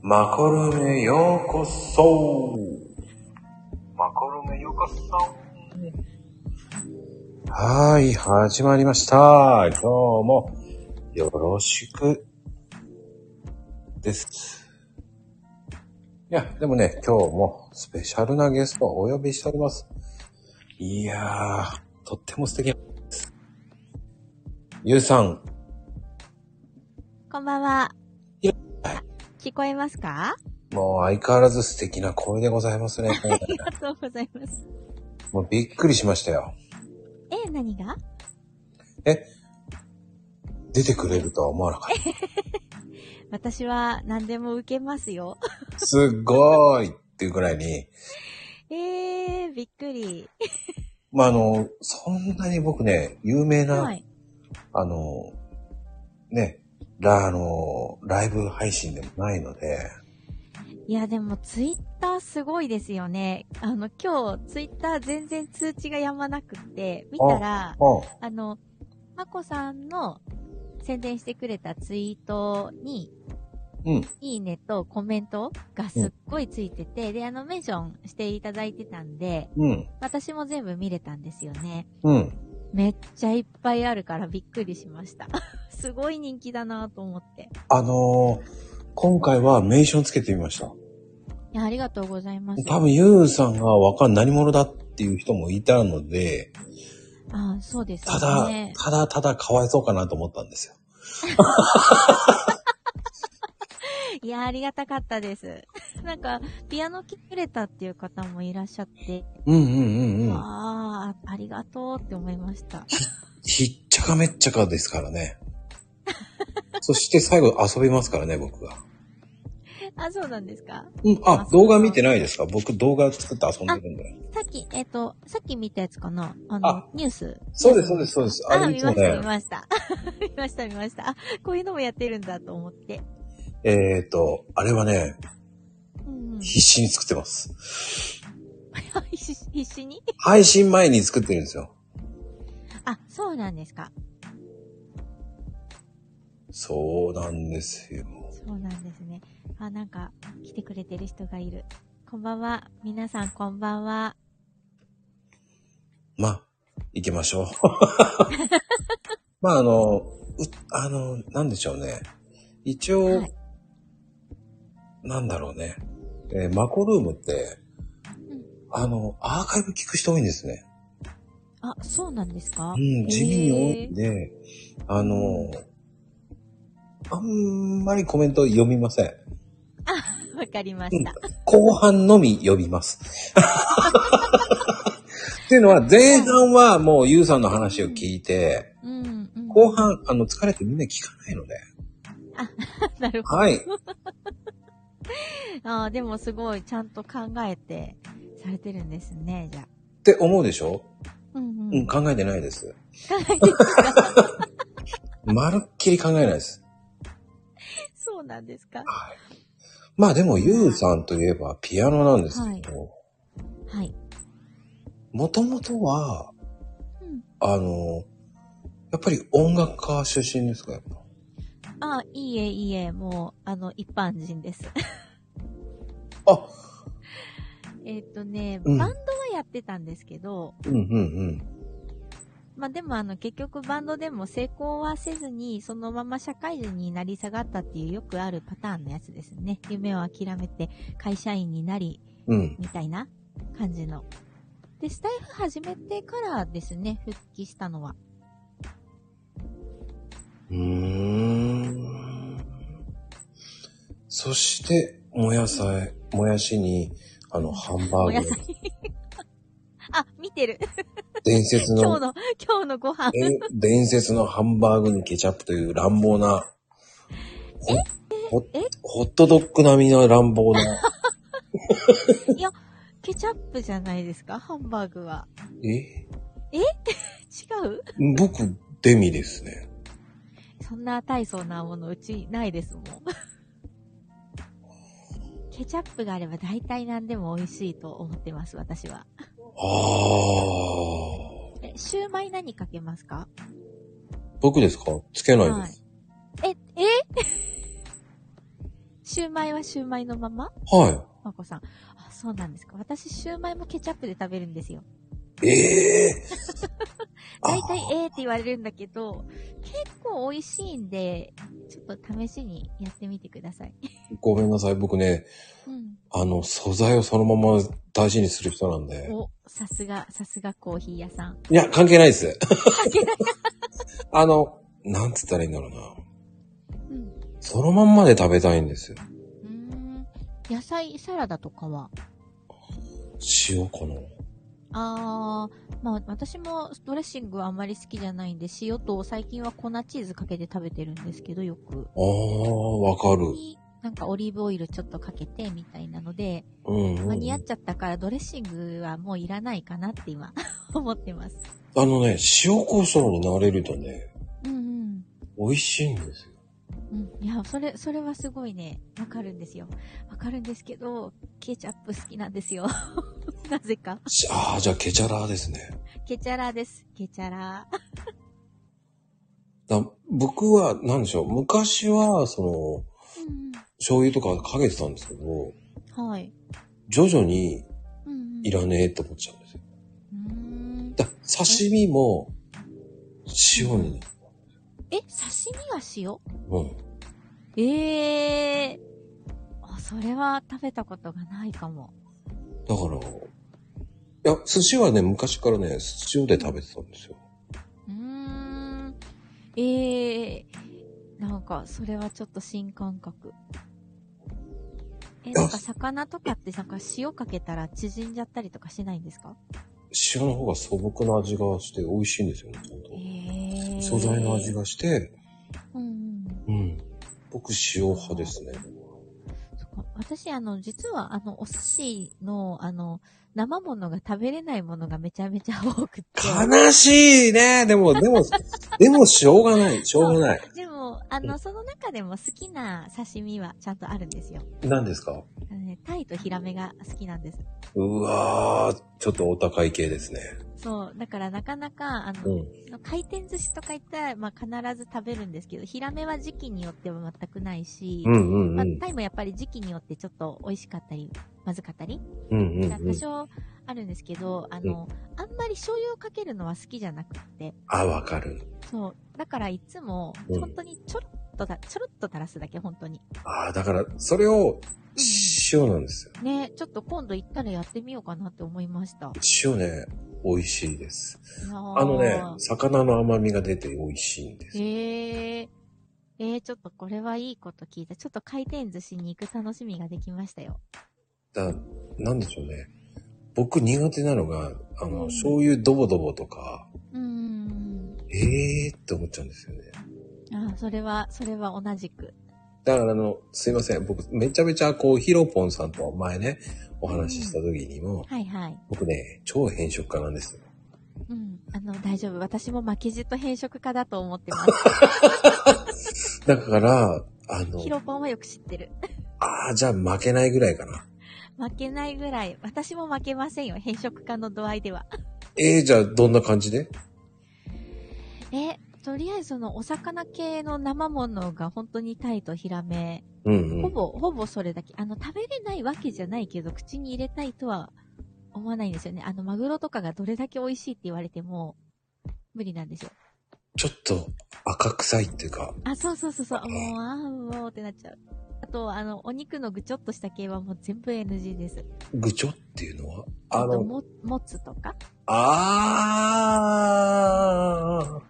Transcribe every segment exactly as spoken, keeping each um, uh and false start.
マコルメようこそ。マコルメようこそ。はい、始まりました。今日もよろしくです。いや、でもね、今日もスペシャルなゲストをお呼びしております。いやー、とっても素敵です。ゆうさん。 こんばんは。聞こえますか？ もう相変わらず素敵な声でございますね。 ありがとうございます。 もうびっくりしましたよ。 え、何が？ え、出てくれるとは思わなかった。 私は何でも受けますよ。 すごーいっていうくらいに。 えー、びっくり。 まあ、あの、そんなに僕ね、有名な、 はい、あの、ね、ラ、あの、ライブ配信でもないので。 いや、でもツイッターすごいですよね。あの、今日ツイッター全然通知がやまなくって、見たら、あ, あの、まこさんの宣伝してくれたツイートに、うん、いいねとコメントがすっごいついてて、うん、で、あの、メンションしていただいてたんで、うん、私も全部見れたんですよね。うん。めっちゃいっぱいあるからびっくりしました。すごい人気だなと思って。 あのー、今回はメンションつけてみました。いや、ありがとうございます。 多分、ゆうさんがわかん何者だっていう人もいたので、 ああ、そうですね。 ただ、ただただかわいそうかなと思ったんですよ。 いや、ありがたかったです。なんか、ピアノ聴くれたっていう方もいらっしゃって。 うんうんうんうん。 ああ、ありがとうって思いました。 ひ、ひっちゃかめっちゃかですからね。そして最後遊びますからね、僕が。 あ、そうなんですか？ うん、あ、動画見てないですか？僕動画作って遊んでるんで。 さっき、えっと、さっき見たやつかな？あの、あニュース。 そうです、そうです、そうです。 あ、あ見ました、見ました。見ました、見ました。あ、こういうのもやってるんだと思って。 えーと、あれはね、うんうん、必死に作ってます。 必死に配信前に作ってるんですよ。 あ、そうなんですか。 そうなんですよ。 そうなんですね。あ、なんか、来てくれてる人がいる。こんばんは。皆さんこんばんは。 まあ、行きましょう。まあ、あの、う、あの、なんでしょうね。一応、はい、なんだろうね。えー、マコルームって、うん、あの、アーカイブ聞く人多いんですね。 あ、そうなんですか？ うん、地味に多いんで、あの、うん、あんまりコメント読みません。あ、 わかりました、うん。 後半のみ読みます。っていうのは、前半はもうゆうさんの話を聞いて、うんうんうん、後半、あの、疲れてみんな聞かないので。 あ、なるほど。 はい。 あ、でもすごいちゃんと考えてされてるんですね、じゃあ。 って思うでしょ？うんうん。うん、考えてないです。考えてないまるっきり考えないです。 そうなんですか？はい。 まあでも、ゆうさんといえばピアノなんですけど。はい。はい。もともとは、うん、あの、やっぱり音楽家出身ですか？やっぱ。 あ、いいえいいえ、もう、あの、一般人です。 あえっとね、うん、バンドはやってたんですけど、うんうんうん。まあでもあの結局バンドでも成功はせずにそのまま社会人になり下がったっていうよくあるパターンのやつですね。夢を諦めて会社員になり、うん、みたいな感じの。で、スタイフ始めてからですね、復帰したのは。 うーん。そして、もやさい、もやしに、あの、ハンバーグ。もやさい。 あ、見てる。 伝説の。 今日の、今日のご飯。 伝説のハンバーグにケチャップという乱暴な。 えホえホットドッグ並みの乱暴な。 いや、ケチャップじゃないですか、ハンバーグは。 ええ違う？ 僕、デミですね。 そんな大層なものうちないですもん。ケチャップがあれば大体何でも美味しいと思ってます、私は。 ああ。え、シューマイ何かけますか？ 僕ですか？つけないです。 はい、え、えシューマイはシューマイのまま？ はい。 まこさん。あ、そうなんですか。私、シューマイもケチャップで食べるんですよ。 ええー。大体えーって言われるんだけど、結構美味しいんで、ちょっと試しにやってみてください。 ごめんなさい。僕ね、うん、あの、素材をそのまま大事にする人なんで。 お、さすが、さすがコーヒー屋さん。 いや、関係ないです。関係ない。あの、なんつったらいいんだろうな。うん。そのまんまで食べたいんですよ。 うーん。野菜サラダとかは？ 塩かな。 あー、まあ私もドレッシングはあんまり好きじゃないんで、塩と最近は粉チーズかけて食べてるんですけど、よく。 あー、わかる。 なんかオリーブオイルちょっとかけてみたいなので、 うんうん、 間に合っちゃったからドレッシングはもういらないかなって今思ってます。 あのね、塩コショウになれるとね、 うんうん、 美味しいんですよ。 うん、いや、それ、それはすごいね、わかるんですよ。わかるんですけど、ケチャップ好きなんですよ。なぜか。 ああ、じゃあケチャラーですね。 ケチャラーです。ケチャラー。 だ僕は、なんでしょう、昔は、その、うん、醤油とかかけてたんですけど、 はい。 徐々に、いらねえって思っちゃうんですよ。うん、だ刺身も、塩になる。 え、刺身が塩？ うん。 ええー。あ、それは食べたことがないかも。 だから、いや、寿司はね、昔からね、塩で食べてたんですよ。 うーん。ええー。なんか、それはちょっと新感覚。え、なんか魚とかってなんか塩かけたら縮んじゃったりとかしないんですか？ 塩の方が素朴な味がして美味しいんですよね、ちゃんと。へー。素材の味がして、うん、うん。僕塩派ですね。 私、あの、実は、あの、お寿司の、あの、生物が食べれないものがめちゃめちゃ多くて。 悲しいね。でも、でも、でも、しょうがない。しょうがない。 でも、あの、その中でも好きな刺身はちゃんとあるんですよ。 何ですか？ あのね、タイとヒラメが好きなんです。 うわー、ちょっとお高い系ですね。 そう。だからなかなか、あの、うん、回転寿司とか言ったら、まあ、必ず食べるんですけど、ヒラメは時期によっては全くないし、うんうんうん、まあ、タイもやっぱり時期によってちょっと美味しかったり、まずかったり、うんうんうん、多少あるんですけど、あの、うん、あんまり醤油をかけるのは好きじゃなくって。 あ、わかる。 そう。だからいつも、本当にちょろっとだ、ちょろっと垂らすだけ、本当に。 ああ、だから、それを、塩なんですよ、 うん。ね、ちょっと今度行ったらやってみようかなって思いました。 塩ね、美味しいです。あのね、魚の甘みが出て美味しいんです。 へえー。えー、ちょっとこれはいいこと聞いた。ちょっと回転寿司に行く楽しみができましたよ。 だ、なんでしょうね。僕苦手なのが、あの、うん、醤油ドボドボとか、うん。えーって思っちゃうんですよね。 ああ、それは、それは同じく。 だからあの、すいません。僕、めちゃめちゃこう、ヒロポンさんと前ね、お話しした時にも、うん、 はいはい。 僕ね、超偏食家なんですよ。 うん。あの、大丈夫。私も負けじと偏食家だと思ってます。 だから、あの。 ヒロポンはよく知ってる。 ああ、じゃあ負けないぐらいかな。 負けないぐらい。私も負けませんよ。偏食家の度合いでは。 えー、じゃあどんな感じで？ え、とりあえずそのお魚系の生ものが本当にタイとヒラメ。 うんうん、 ほぼ、ほぼそれだけ。あの、食べれないわけじゃないけど、口に入れたいとは思わないんですよね。あの、マグロとかがどれだけ美味しいって言われても、無理なんですよ。 ちょっと赤臭いっていうか。 あ、そうそうそうそう。もう、あーもうってなっちゃう。あと、あの、お肉のぐちょっとした系はもう全部 エヌジー です。 ぐちょっていうのはあの、も、もつとかあー。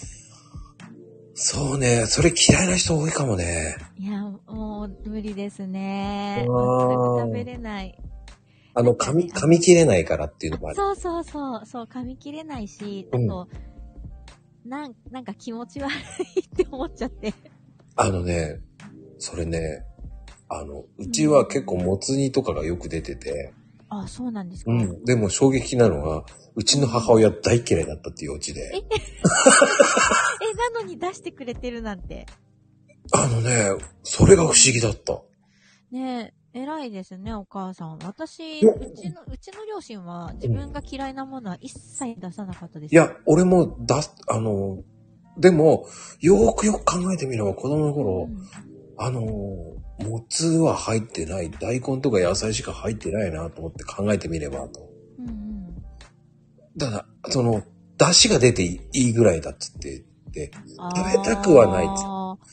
そうね。それ嫌いな人多いかもね。 いや、もう無理ですね。全く食べれない。 あの、噛み、噛み切れないからっていうのもある。 そうそうそう。そう、噛み切れないし、あと、うん、なん、なんか気持ち悪いって思っちゃって。 あのね、それね、あの、うちは結構もつ煮とかがよく出てて。 うん、あ、そうなんですか。 うん。でも衝撃なのが、うちの母親大嫌いだったっていうオチで。ええ、なのに出してくれてるなんて。 あのね、それが不思議だった。 ねえ、偉いですね、お母さん。私、うちの、うちの両親は自分が嫌いなものは一切出さなかったです。 いや、俺も出す、あの、でも、よーくよく考えてみれば子供の頃、うん、あの、 もつは入ってない。大根とか野菜しか入ってないなと思って考えてみればと。 うんうん。 ただ、その、出汁が出ていいぐらいだっつって言って、食べたくはないっつって。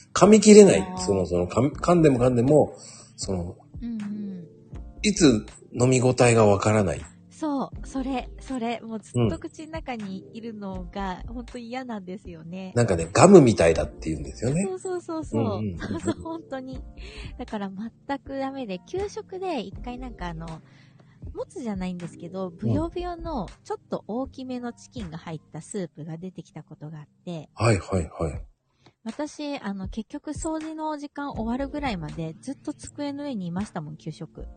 噛み切れない。その、その、噛んでも噛んでも、その、 うんうん、 いつ飲み応えがわからない。 そう、それ、それ、もうずっと口の中にいるのが、本当に嫌なんですよね。 なんかね、ガムみたいだって言うんですよね。 そうそうそうそう。うんうん、そうそう、本当に。だから全くダメで、給食で一回なんかあの、もつじゃないんですけど、ブヨブヨのちょっと大きめのチキンが入ったスープが出てきたことがあって。 はいはいはい。 私、あの、結局掃除の時間終わるぐらいまでずっと机の上にいましたもん、給食。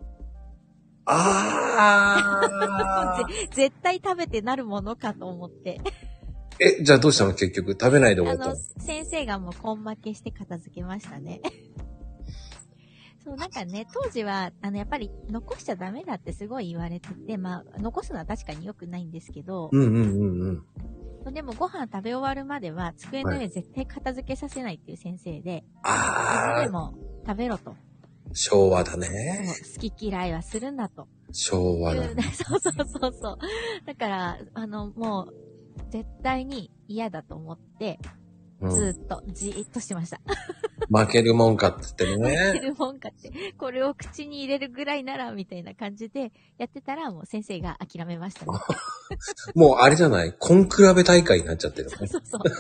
ああ絶対食べてなるものかと思って。 え、じゃあどうしたの結局食べないで終わったの？ あの、先生がもう根負けして片付けましたね。そう、なんかね、当時は、あの、やっぱり残しちゃダメだってすごい言われてて、まあ、残すのは確かに良くないんですけど、 うんうんうんうん。でもご飯食べ終わるまでは机の上絶対片付けさせないっていう先生で、 ああ。いつでも食べろと。 昭和だね。 好き嫌いはするんだと。 昭和だね。 そうそうそうそう。だから、あの、もう、絶対に嫌だと思って、うん、ずっとじーっとしてました。 負けるもんかって言ってね。 負けるもんかって。これを口に入れるぐらいなら、みたいな感じでやってたら、もう先生が諦めましたね。 もうあれじゃない、コン比べ大会になっちゃってる、ね。 そうそうそう。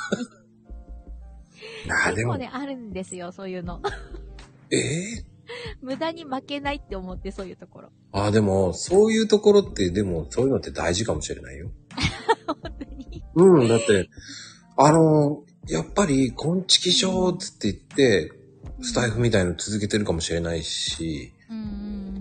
結構ね、あるんですよ、そういうの。 ええー無駄に負けないって思って、そういうところ。 ああ、でも、そういうところって、でも、そういうのって大事かもしれないよ。 本当にうん、だって、あの、やっぱり、こんちきしょうつって言って、うん、スタイフみたいの続けてるかもしれないし、うん、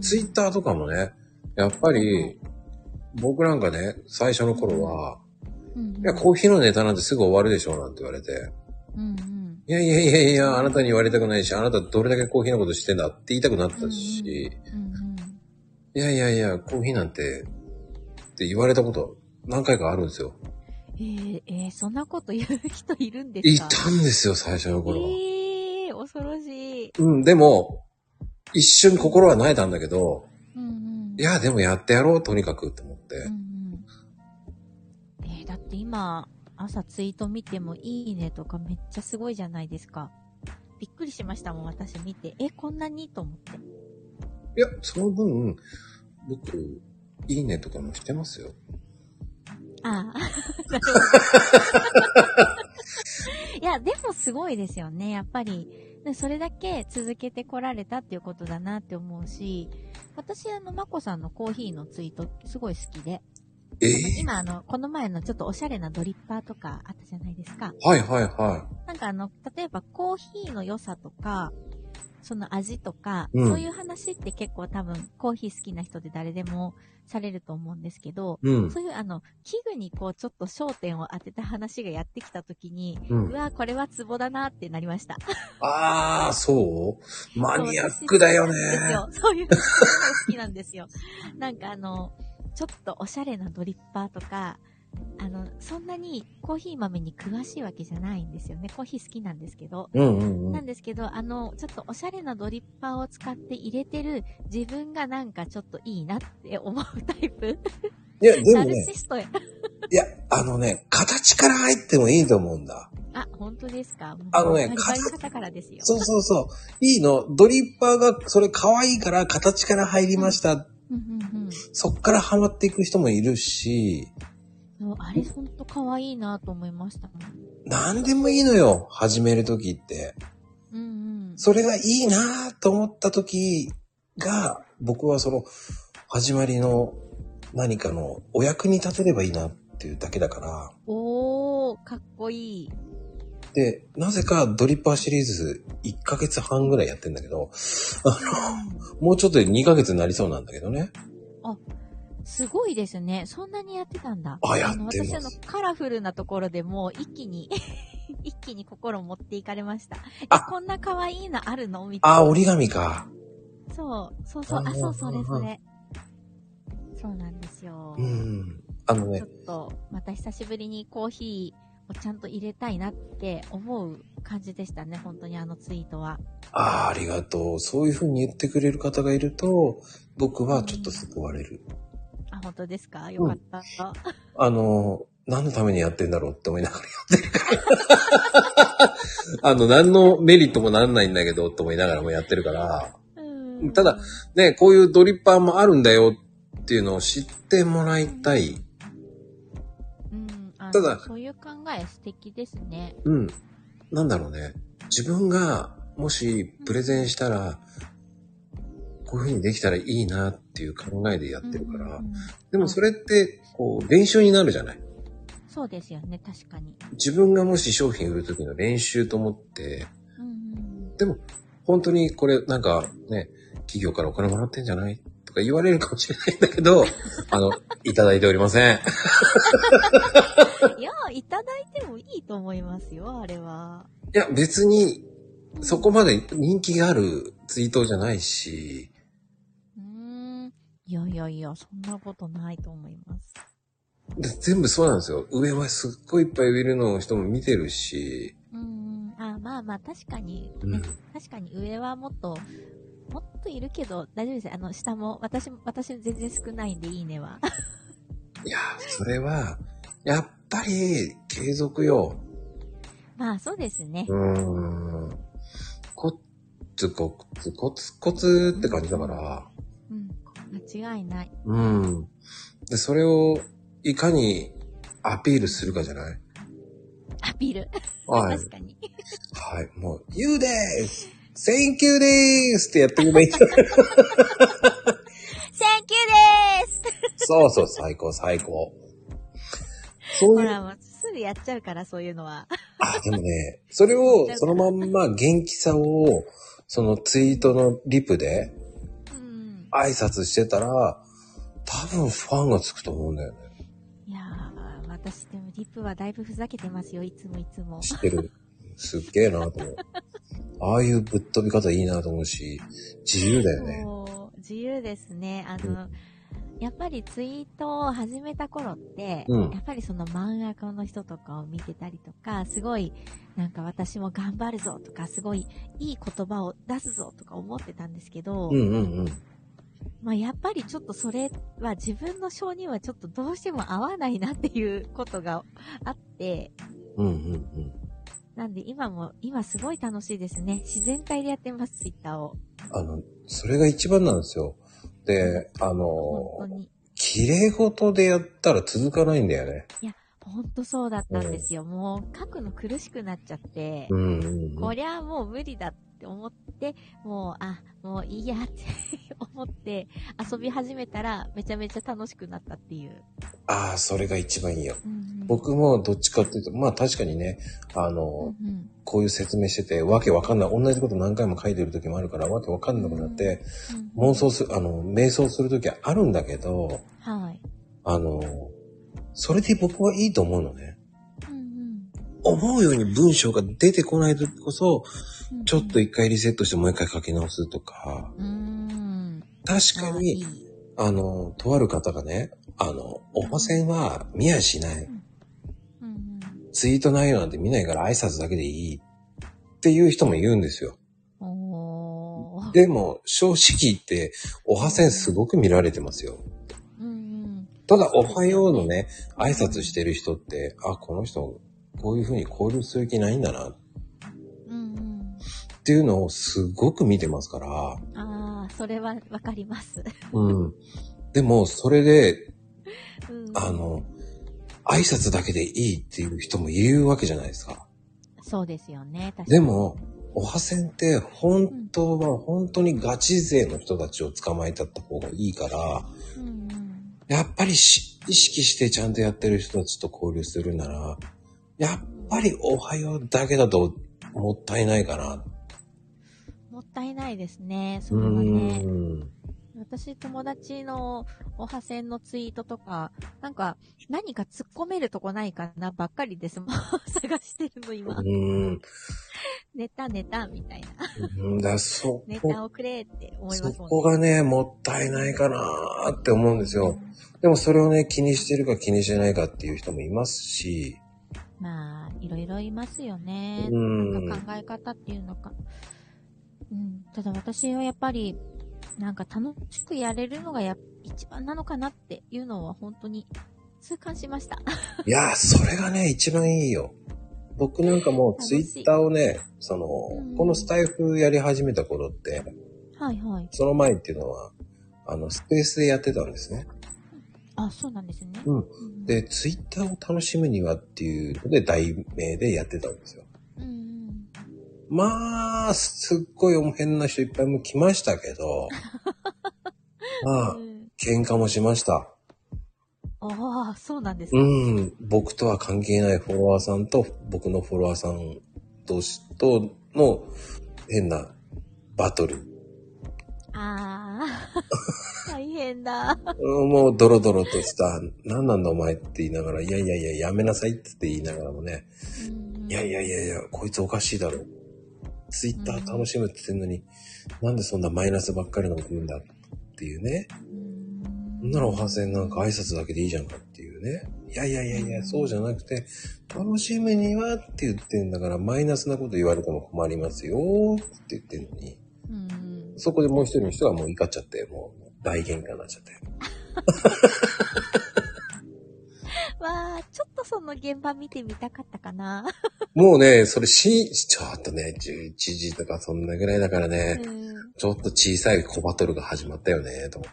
ツイッターとかもね、やっぱり、僕なんかね、最初の頃は、うん、いや、コーヒーのネタなんてすぐ終わるでしょ、なんて言われて、うんうん、いやいやいやいや、あなたに言われたくないし、あなたどれだけコーヒーのこと知ってんだって言いたくなったし、うんうんうんうん、いやいやいや、コーヒーなんて、って言われたこと何回かあるんですよ。 えー、えー、そんなこと言う人いるんですか？ いたんですよ、最初の頃は。 えー、恐ろしい。 うん、でも、一瞬心は萎えたんだけど、うんうん、いや、でもやってやろう、とにかく、と思って。うんうん、 えー、だって今、朝ツイート見てもいいねとかめっちゃすごいじゃないですか。びっくりしましたもん、私見て。え、こんなにと思って。 いや、その分、僕、いいねとかもしてますよ。 ああ。いや、でもすごいですよね、やっぱり。それだけ続けてこられたっていうことだなって思うし、私、あの、まこさんのコーヒーのツイートすごい好きで。えー、今、あの、この前のちょっとおしゃれなドリッパーとかあったじゃないですか。 はいはいはい。 なんかあの、例えばコーヒーの良さとか、その味とか、うん、そういう話って結構多分コーヒー好きな人で誰でもされると思うんですけど、うん、そういうあの、器具にこうちょっと焦点を当てた話がやってきたときに、うん、うわ、これはツボだなってなりました。 あー、そうマニアックだよね。 そういうの好きなんですよ。なんかあの、ちょっとおしゃれなドリッパーとか、あの、そんなにコーヒー豆に詳しいわけじゃないんですよね。コーヒー好きなんですけど。うんうんうん、なんですけど、あの、ちょっとおしゃれなドリッパーを使って入れてる自分がなんかちょっといいなって思うタイプ。 いや、でもね。ナルシストや。 いや、あのね、形から入ってもいいと思うんだ。 あ、本当ですか？ あのね、 バリバリ方からですよ。 そうそうそう。いいの。ドリッパーがそれ可愛いから形から入りました。うんうんうん、そっからハマっていく人もいるし、 あれほんと可愛いなと思いましたもん。 何でもいいのよ、始めるときって。うんうん。それがいいなと思ったときが、僕はその、始まりの何かのお役に立てればいいなっていうだけだから。 おー、かっこいい。 で、なぜかドリッパーシリーズいっかげつはんぐらいやってんだけど、あの、もうちょっとでにかげつになりそうなんだけどね。 あ、すごいですね。そんなにやってたんだ。 あ、やってます。 私あの、カラフルなところでも一気に、一気に心を持っていかれました。あ、こんな可愛いのあるのみたいな。 あ、折り紙か。 そう、そうそう、あ、そう、それそれ。そうなんですよ。うん。 あのね。 ちょっと、また久しぶりにコーヒーをちゃんと入れたいなって思う感じでしたね、本当にあのツイートは。 ああ、ありがとう。そういう風に言ってくれる方がいると、僕はちょっと救われる。うん、 あ、本当ですか？よかった。うん、 あの、何のためにやってんだろうって思いながらやってるから。あの、何のメリットもなんないんだけどって思いながらもやってるから。うん、ただ、ね、こういうドリッパーもあるんだよっていうのを知ってもらいたい。 うん、あただ、そういう考え素敵ですね。 うん。なんだろうね。自分がもしプレゼンしたら、こういう風にできたらいいなっていう考えでやってるから。うんうんうん、でもそれって、こう、練習になるじゃない？ そうですよね、確かに。 自分がもし商品売るときの練習と思って、うんうん、でも、本当にこれなんかね、企業からお金もらってんじゃないとか言われるかもしれないんだけど、あの、いただいておりません。 いや、いただいてもいいと思いますよ、あれは。 いや、別に、そこまで人気があるツイートじゃないし。 うーん。いやいやいや、そんなことないと思います。 で全部そうなんですよ。上はすっごいいっぱい植えるのを人も見てるし。 うん。あ、まあまあ、確かに、ね、うん、確かに上はもっと、もっといるけど、大丈夫です。あの、下も、私、私全然少ないんで、いいねは。 いや、それは、やっぱり、継続よ。 まあ、そうですね。 うーん。コツコツ、コツコツって感じだから。 うん。間違いない。 うん。で、それを、いかにアピールするかじゃない？ アピール。 はい。 確かに。 はい。もう、You でーす !Thank you でーすってやってくればいい。Thank you でーすそうそう、最高、最高。そういう。 ほら、もうすぐやっちゃうから、そういうのは。 あ、でもね、それを、そのまんま元気さを、そのツイートのリプで、挨拶してたら、多分ファンがつくと思うんだよね。 いやー、私でもリップはだいぶふざけてますよ、いつもいつも。 知ってる。すっげえなと思う。ああいうぶっ飛び方いいなと思うし、自由だよね。 そう、自由ですね。あの、うん、やっぱりツイートを始めた頃って、うん、やっぱりその漫画家の人とかを見てたりとか、すごい、なんか私も頑張るぞとか、すごいいい言葉を出すぞとか思ってたんですけど、 うんうんうん、 まあやっぱりちょっとそれは自分の性にはちょっとどうしても合わないなっていうことがあって、 うんうんうん、 なんで今も、今すごい楽しいですね。自然体でやってます、ツイッターを。 あの、それが一番なんですよ。で、あの、本当に。綺麗事でやったら続かないんだよね。 いや、ほんとそうだったんですよ。うん、もう書くの苦しくなっちゃって、 うんうんうん、 こりゃもう無理だって思って、もう、あ、もういいやって思って遊び始めたらめちゃめちゃ楽しくなったっていう。 ああ、それが一番いいよ。うんうん、僕もどっちかっていうと、まあ確かにね、あの、うんうん、こういう説明してて、わけわかんない。同じこと何回も書いてる時もあるから、わけわかんなくなって、うんうん、妄想する、あの、瞑想する時はあるんだけど、 はい。 あの、それで僕はいいと思うのね。うんうん、思うように文章が出てこない時こそ、うんうん、ちょっと一回リセットしてもう一回書き直すとか、うん、確かに、いいあの、とある方がね、あの、おばせんは見やしない、うんうん。ツイート内容なんて見ないから挨拶だけでいいっていう人も言うんですよ。でも、正直言って、おはせんすごく見られてますよ。うんうん、ただ、おはようのね、挨拶してる人って、あ、この人、こういう風に交流する気ないんだな。うんうん、っていうのをすごく見てますから。ああ、それはわかります。 うん。でも、それで、うん、あの、挨拶だけでいいっていう人も言うわけじゃないですか。 そうですよね。確かに。 でも、おはせんって本当は本当にガチ勢の人たちを捕まえたった方がいいから、うんうん、やっぱり意識してちゃんとやってる人たちと交流するなら、やっぱりおはようだけだともったいないかな。 もったいないですね、それはね。うん私、友達のおはせんのツイートとか、なんか、何か突っ込めるとこないかなばっかりですもん。探してるの、今。うんネタネタみたいな。 うんだそネタをくれって思いますもんね。 そこがね、もったいないかなって思うんですよ。うん、でもそれをね、気にしてるか気にしてないかっていう人もいますし。 まあいろいろいますよね。 うん。 なんか考え方っていうのか。うん。ただ私はやっぱり、なんか楽しくやれるのがや一番なのかなっていうのは本当に痛感しました。 いやー、それがね、一番いいよ。僕なんかもうツイッターをね、その、うん、このスタイフやり始めた頃って、 はいはい。 その前っていうのは、あの、スペースでやってたんですね。 あ、そうなんですね。 うん。で、ツイッターを楽しむにはっていうので、題名でやってたんですよ。うん。まあ、すっごい変な人いっぱいも来ましたけど、まあ、うん、喧嘩もしました。 ああ、そうなんですか。 うん。僕とは関係ないフォロワーさんと、僕のフォロワーさん同士との変なバトル。 ああ、大変だ。 もうドロドロとした、何なんだお前って言いながら、いやいやいや、やめなさいって言いながらもね、いやいやいやいや、こいつおかしいだろ。ツイッター楽しむって言ってんのに、なんでそんなマイナスばっかりのこと言うんだっていうね。そんなのおはせんなんか挨拶だけでいいじゃんかっていうね。いやいやいやいや、そうじゃなくて、楽しむにはって言ってんだから、マイナスなこと言われても困りますよって言ってんのに。そこでもう一人の人がもう怒っちゃって、もう大喧嘩になっちゃって。 わあ、ちょっとその現場見てみたかったかな。 もうね、それし、ちょっとね、じゅういちじとかそんなぐらいだからね、ちょっと小さい小バトルが始まったよね、と思って。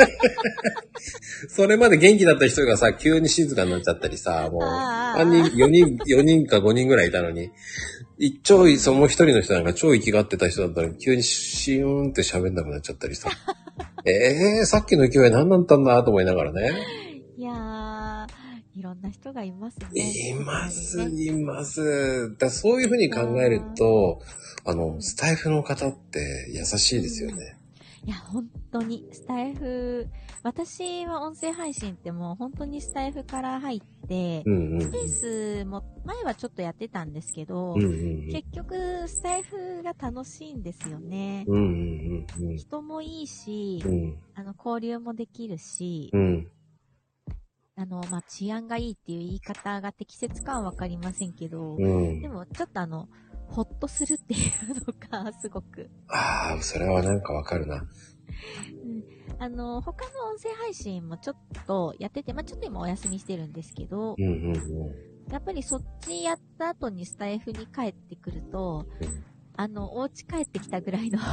それまで元気だった人がさ、急に静かになっちゃったりさ、もう、さんにん、よにん、よにんかごにんぐらいいたのに、一超、その一人の人なんか超生きがってた人だったら急にシーンって喋んなくなっちゃったりさ。ええー、さっきの勢い何だったんだと思いながらね。 いやー、いろんな人がいますね。 います、います。だそういうふうに考えると、あの、スタイフの方って優しいですよね。 いや、本当に、スタイフ、私は音声配信ってもう本当にスタイフから入って、うんうんうん、スペースも前はちょっとやってたんですけど、うんうんうん、結局スタイフが楽しいんですよね。うんうんうんうん、人もいいし、うん、あの交流もできるし、うん、あの、まあ、治安がいいっていう言い方が適切かはわかりませんけど、うん、でもちょっとあの、ほっとするっていうのがすごく。 ああ、それはなんかわかるな。うん。 あの、他の音声配信もちょっとやってて、まあ、ちょっと今お休みしてるんですけど、うんうんうん、やっぱりそっちやった後にスタイフに帰ってくると、うん、あの、お家帰ってきたぐらいの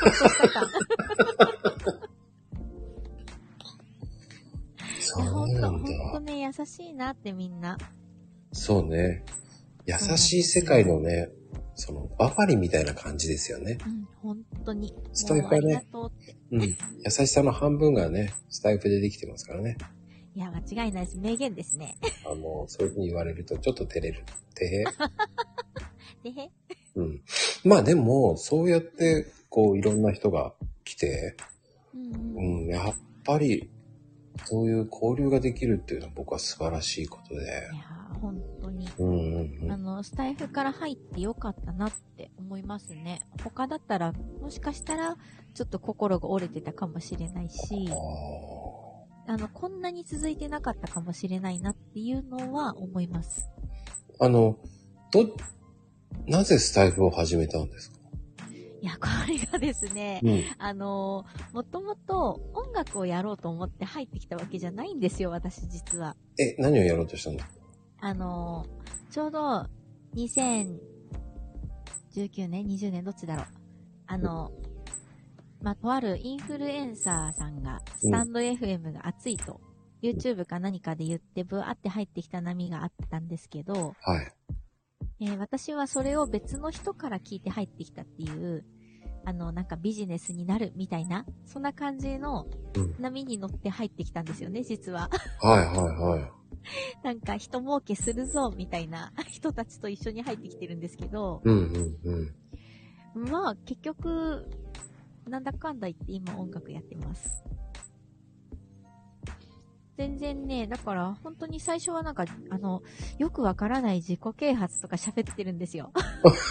そうなんだ。ほんと、ほんとね、優しいなってみんな。 そうね。優しい世界のね、その、バファリンみたいな感じですよね。 うん、本当に。 スタイフはね、うん、優しさの半分がね、スタイフでできてますからね。 いや、間違いないです。名言ですね。 あの、そういう風に言われるとちょっと照れる。てへ。 てへ。 うん。まあでも、そうやって、こう、いろんな人が来て、うん、うん、やっぱり、そういう交流ができるっていうのは僕は素晴らしいことで。いやー、本当に。うんうんうん。あの、スタイフから入ってよかったなって思いますね。他だったら、もしかしたら、ちょっと心が折れてたかもしれないし、あの、こんなに続いてなかったかもしれないなっていうのは思います。 あの、ど、なぜスタイフを始めたんですか？ いや、これがですね、うん、あの、もともと音楽をやろうと思って入ってきたわけじゃないんですよ、私実は。 え、何をやろうとしたんだ？ あの、ちょうどにせんじゅうきゅうねん、にじゅうねんどっちだろう。あの、まあ、とあるインフルエンサーさんが、スタンド エフエム が熱いと、うん、YouTube か何かで言って、ブワーって入ってきた波があったんですけど、はい。えー、私はそれを別の人から聞いて入ってきたっていう、あの、なんかビジネスになるみたいな、そんな感じの波に乗って入ってきたんですよね、実は。 はいはいはい。 なんか人儲けするぞ、みたいな人たちと一緒に入ってきてるんですけど、 うんうんうん。まあ、結局、なんだかんだ言って今音楽やってます。全然ね、だから本当に最初はなんか、あの、よくわからない自己啓発とか喋ってるんですよ。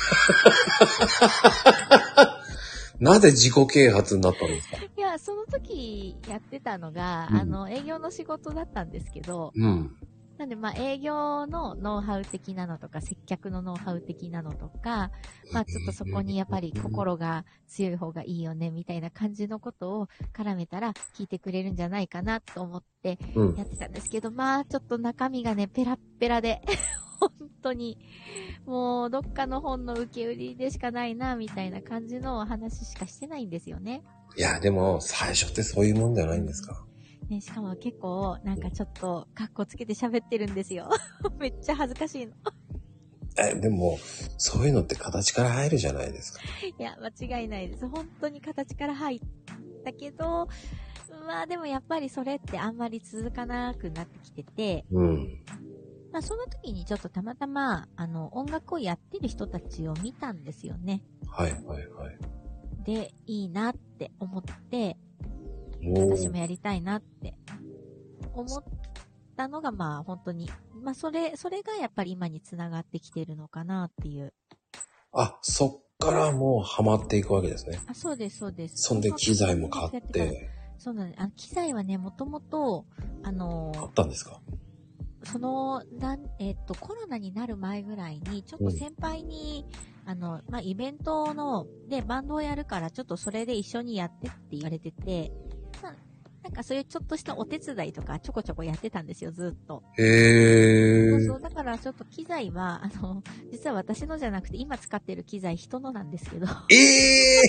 なぜ自己啓発になったんですか？ いや、その時やってたのが、うん、あの、営業の仕事だったんですけど、うん、 なんで、まあ、営業のノウハウ的なのとか、接客のノウハウ的なのとか、まあ、ちょっとそこにやっぱり心が強い方がいいよね、みたいな感じのことを絡めたら聞いてくれるんじゃないかなと思ってやってたんですけど、うん、まあ、ちょっと中身がね、ペラッペラで、本当に、もう、どっかの本の受け売りでしかないな、みたいな感じの話しかしてないんですよね。 いや、でも、最初ってそういうもんじゃないんですか？ ね、しかも結構、なんかちょっと、カッコつけて喋ってるんですよ。めっちゃ恥ずかしいの。 え、でも、そういうのって形から入るじゃないですか。 いや、間違いないです。本当に形から入ったけど、まあでもやっぱりそれってあんまり続かなくなってきてて、うん。まあその時にちょっとたまたま、あの、音楽をやってる人たちを見たんですよね。 はいはいはい。 で、いいなって思って、私もやりたいなって思ったのが、まあ本当に、まあそれ、それがやっぱり今につながってきてるのかなっていう。 あ、そっからもうハマっていくわけですね。 あ、そうですそうです。 そんで機材も買って。 そうなんです。あ、機材はね、もともと、あのー、 買ったんですか？ その、なん、えっと、コロナになる前ぐらいに、ちょっと先輩に、うん、あの、まあ、イベントの、で、バンドをやるから、ちょっとそれで一緒にやってって言われてて、まあ、なんかそういうちょっとしたお手伝いとかちょこちょこやってたんですよ、ずっと。 へー。 そうそう、だからちょっと機材は、あの、実は私のじゃなくて今使ってる機材人のなんですけど。 えー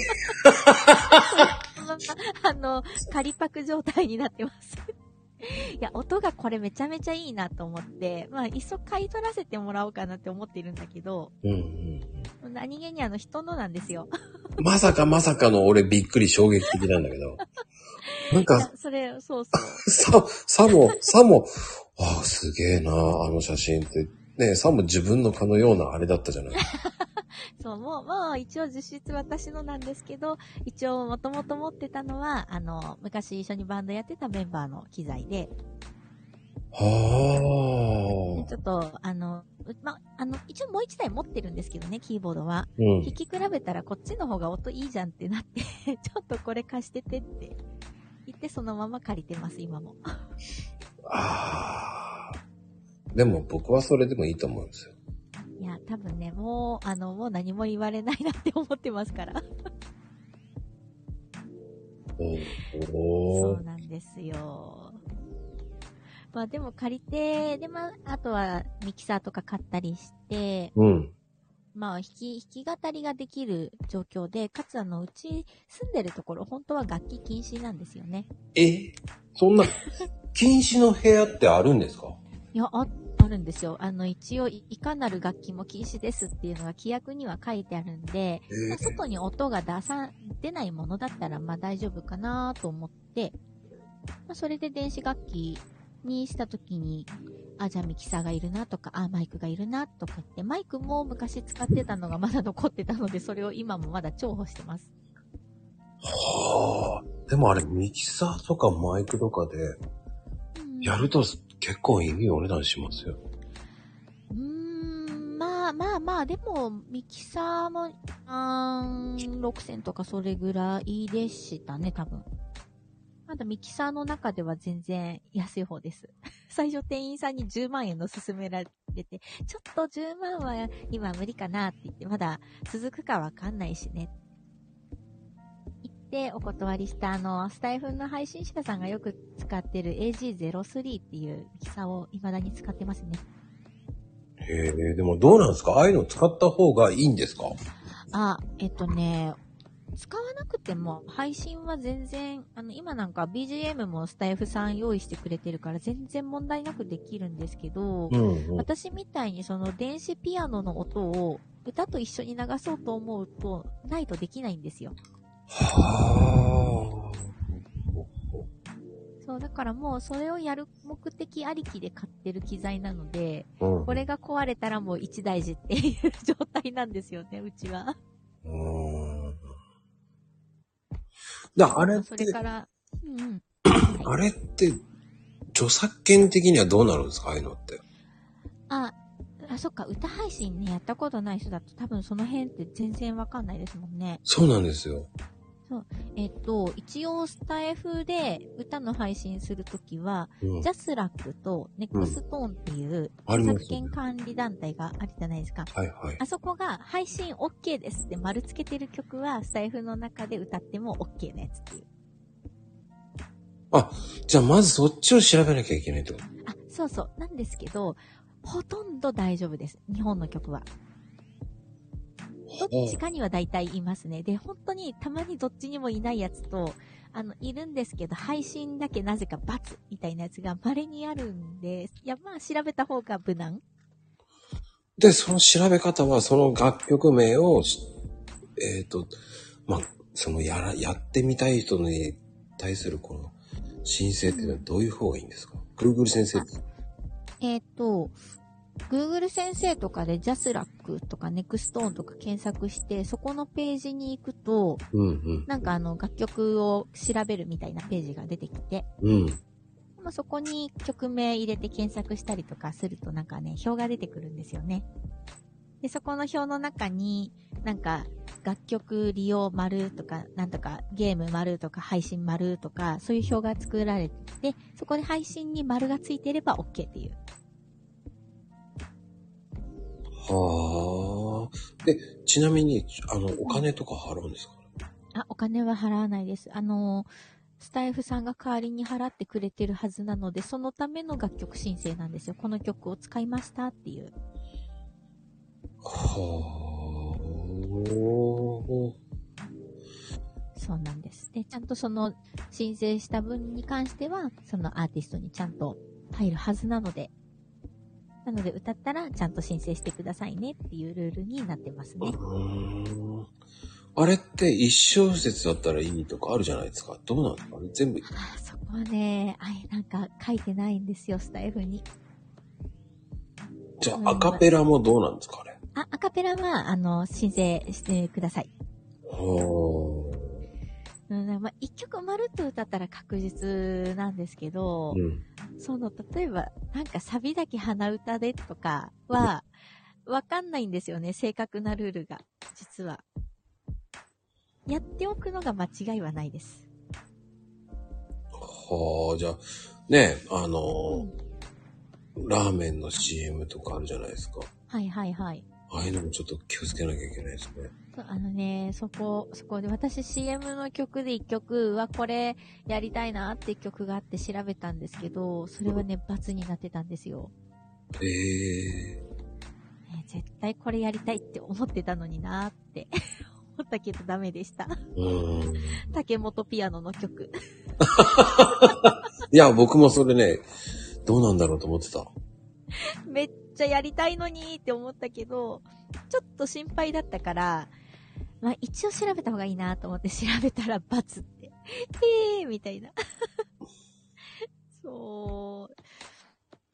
あの、仮パク状態になってます。いや、音がこれめちゃめちゃいいなと思って、まあ、いっそ買い取らせてもらおうかなって思ってるんだけど、うんうんうん、何気にあの人のなんですよ。 まさかまさかの俺びっくり衝撃的なんだけど。なんか、 それ、そうそう。 さ、さも、さも、ああ、すげえな、あの写真って。ね、さも自分のかのようなあれだったじゃない。 そう、もう、もう一応実質私のなんですけど、一応もともと持ってたのは、あの、昔一緒にバンドやってたメンバーの機材で。はあ。ちょっと、あの、ま、あの、一応もう一台持ってるんですけどね、キーボードは。うん、弾き比べたらこっちの方が音いいじゃんってなって、ちょっとこれ貸しててって言ってそのまま借りてます、今も。 ああ。でも僕はそれでもいいと思うんですよ。 いや、多分ね、もう、あの、もう何も言われないなって思ってますから。そうなんですよ。まあでも借りて、で、まあ、あとはミキサーとか買ったりして、うん。まあ、弾き、弾き語りができる状況で、かつあの、うち住んでるところ、本当は楽器禁止なんですよね。 えそんな、禁止の部屋ってあるんですか？ いや、あ、あるんですよ。あの、一応、いかなる楽器も禁止ですっていうのが規約には書いてあるんで、えーまあ、外に音が出さ、出ないものだったら、まあ大丈夫かなと思って、まあ、それで電子楽器にしたときに、あ、じゃあミキサーがいるなとか、あ、マイクがいるなとか言って、マイクも昔使ってたのがまだ残ってたので、それを今もまだ重宝してます。 はあ。でもあれ、ミキサーとかマイクとかで、やると結構いいお値段しますよ。 うーん、まあまあまあ、でも、ミキサーも、あーろくせんとかそれぐらいでしたね、多分。まだミキサーの中では全然安い方です。最初店員さんにじゅうまんえんの勧められて、ちょっとじゅうまんは今無理かなって言って、まだ続くかわかんないしね。言ってお断りしたあの、スタイフの配信者さんがよく使ってる エージーゼロスリー っていうミキサーを未だに使ってますね。 へえ、でもどうなんですか？ああいうの使った方がいいんですか？ あ、えっとね、使わなくても配信は全然、あの、今なんか ビージーエム もスタイフさん用意してくれてるから全然問題なくできるんですけど、うんうん、私みたいにその電子ピアノの音を歌と一緒に流そうと思うと、ないとできないんですよ。はあ。そう、だからもうそれをやる目的ありきで買ってる機材なので、うん、これが壊れたらもう一大事っていう状態なんですよね、うちは。うんだあれって、 それから、うんうん、 あれって、著作権的にはどうなるんですか？ああいうのって。 あ、あ、そっか、歌配信ね、やったことない人だと多分その辺って全然わかんないですもんね。 そうなんですよ。 そう。えっと、一応スタイフで歌の配信するときは、 うん、 ジャスラックとネクストーンっていう著作権管理団体があるじゃないですか。 はいはい。 あそこが配信 OK ですって丸つけてる曲はスタイフの中で歌っても OK なやつっていう。 あ、じゃあまずそっちを調べなきゃいけないってこと？ あ、そうそう。なんですけど、ほとんど大丈夫です。日本の曲は。どっちかには大体いますね。で、本当にたまにどっちにもいないやつと、あの、いるんですけど、配信だけなぜか×みたいなやつが稀にあるんで、いや、まあ、調べた方が無難。 で、その調べ方は、その楽曲名を、えっと、まあ、そのやら、やってみたい人に対するこの申請っていうのはどういう方がいいんですか？ Google 先生ですか？ えっと、Google 先生とかでジャスラックとかネクストーンとか検索して、そこのページに行くと、 うんうん、 なんかあの楽曲を調べるみたいなページが出てきて、 うん、 まあ、そこに曲名入れて検索したりとかするとなんかね、表が出てくるんですよね。で、そこの表の中に、なんか、楽曲利用丸とか、なんとかゲーム丸とか配信丸とか、そういう表が作られてて、そこで配信に丸がついていれば OK っていう。 はあ。で、ちなみに、あの、お金とか払うんですか？ あ、お金は払わないです。あの、スタイフさんが代わりに払ってくれてるはずなので、そのための楽曲申請なんですよ。この曲を使いましたっていう。 はあ。そうなんです。で、ちゃんとその申請した分に関しては、そのアーティストにちゃんと入るはずなので、なので歌ったらちゃんと申請してくださいねっていうルールになってますね。 うーん。あれって一小節だったらいいとかあるじゃないですか。どうなんですかね、全部。 あ、そこはね、あい、なんか書いてないんですよ、スタイフに。 じゃあ、アカペラもどうなんですか、あれ。 あ、アカペラは、あの、申請してください。 ほー。 うん、まあ、一曲まるっと歌ったら確実なんですけど、うん、その、例えば、なんかサビだけ鼻歌でとかは、わかんないんですよね、正確なルールが、実は。やっておくのが間違いはないです。 はあ、じゃあ、ね、あのーうん、ラーメンの シーエム とかあるじゃないですか。 はいはいはい。 ああいうのもちょっと気をつけなきゃいけないですね。 あのね、そこ、そこで私 シーエム の曲で一曲はこれやりたいなって曲があって調べたんですけど、それはね、×になってたんですよ。 へえー。 ね、絶対これやりたいって思ってたのになーって思ったけどダメでした。うん。竹本ピアノの曲。 いや、僕もそれね、どうなんだろうと思ってた。 めっちゃやりたいのにって思ったけど、ちょっと心配だったから、まあ一応調べた方がいいなと思って調べたら×って。えーみたいな。そう。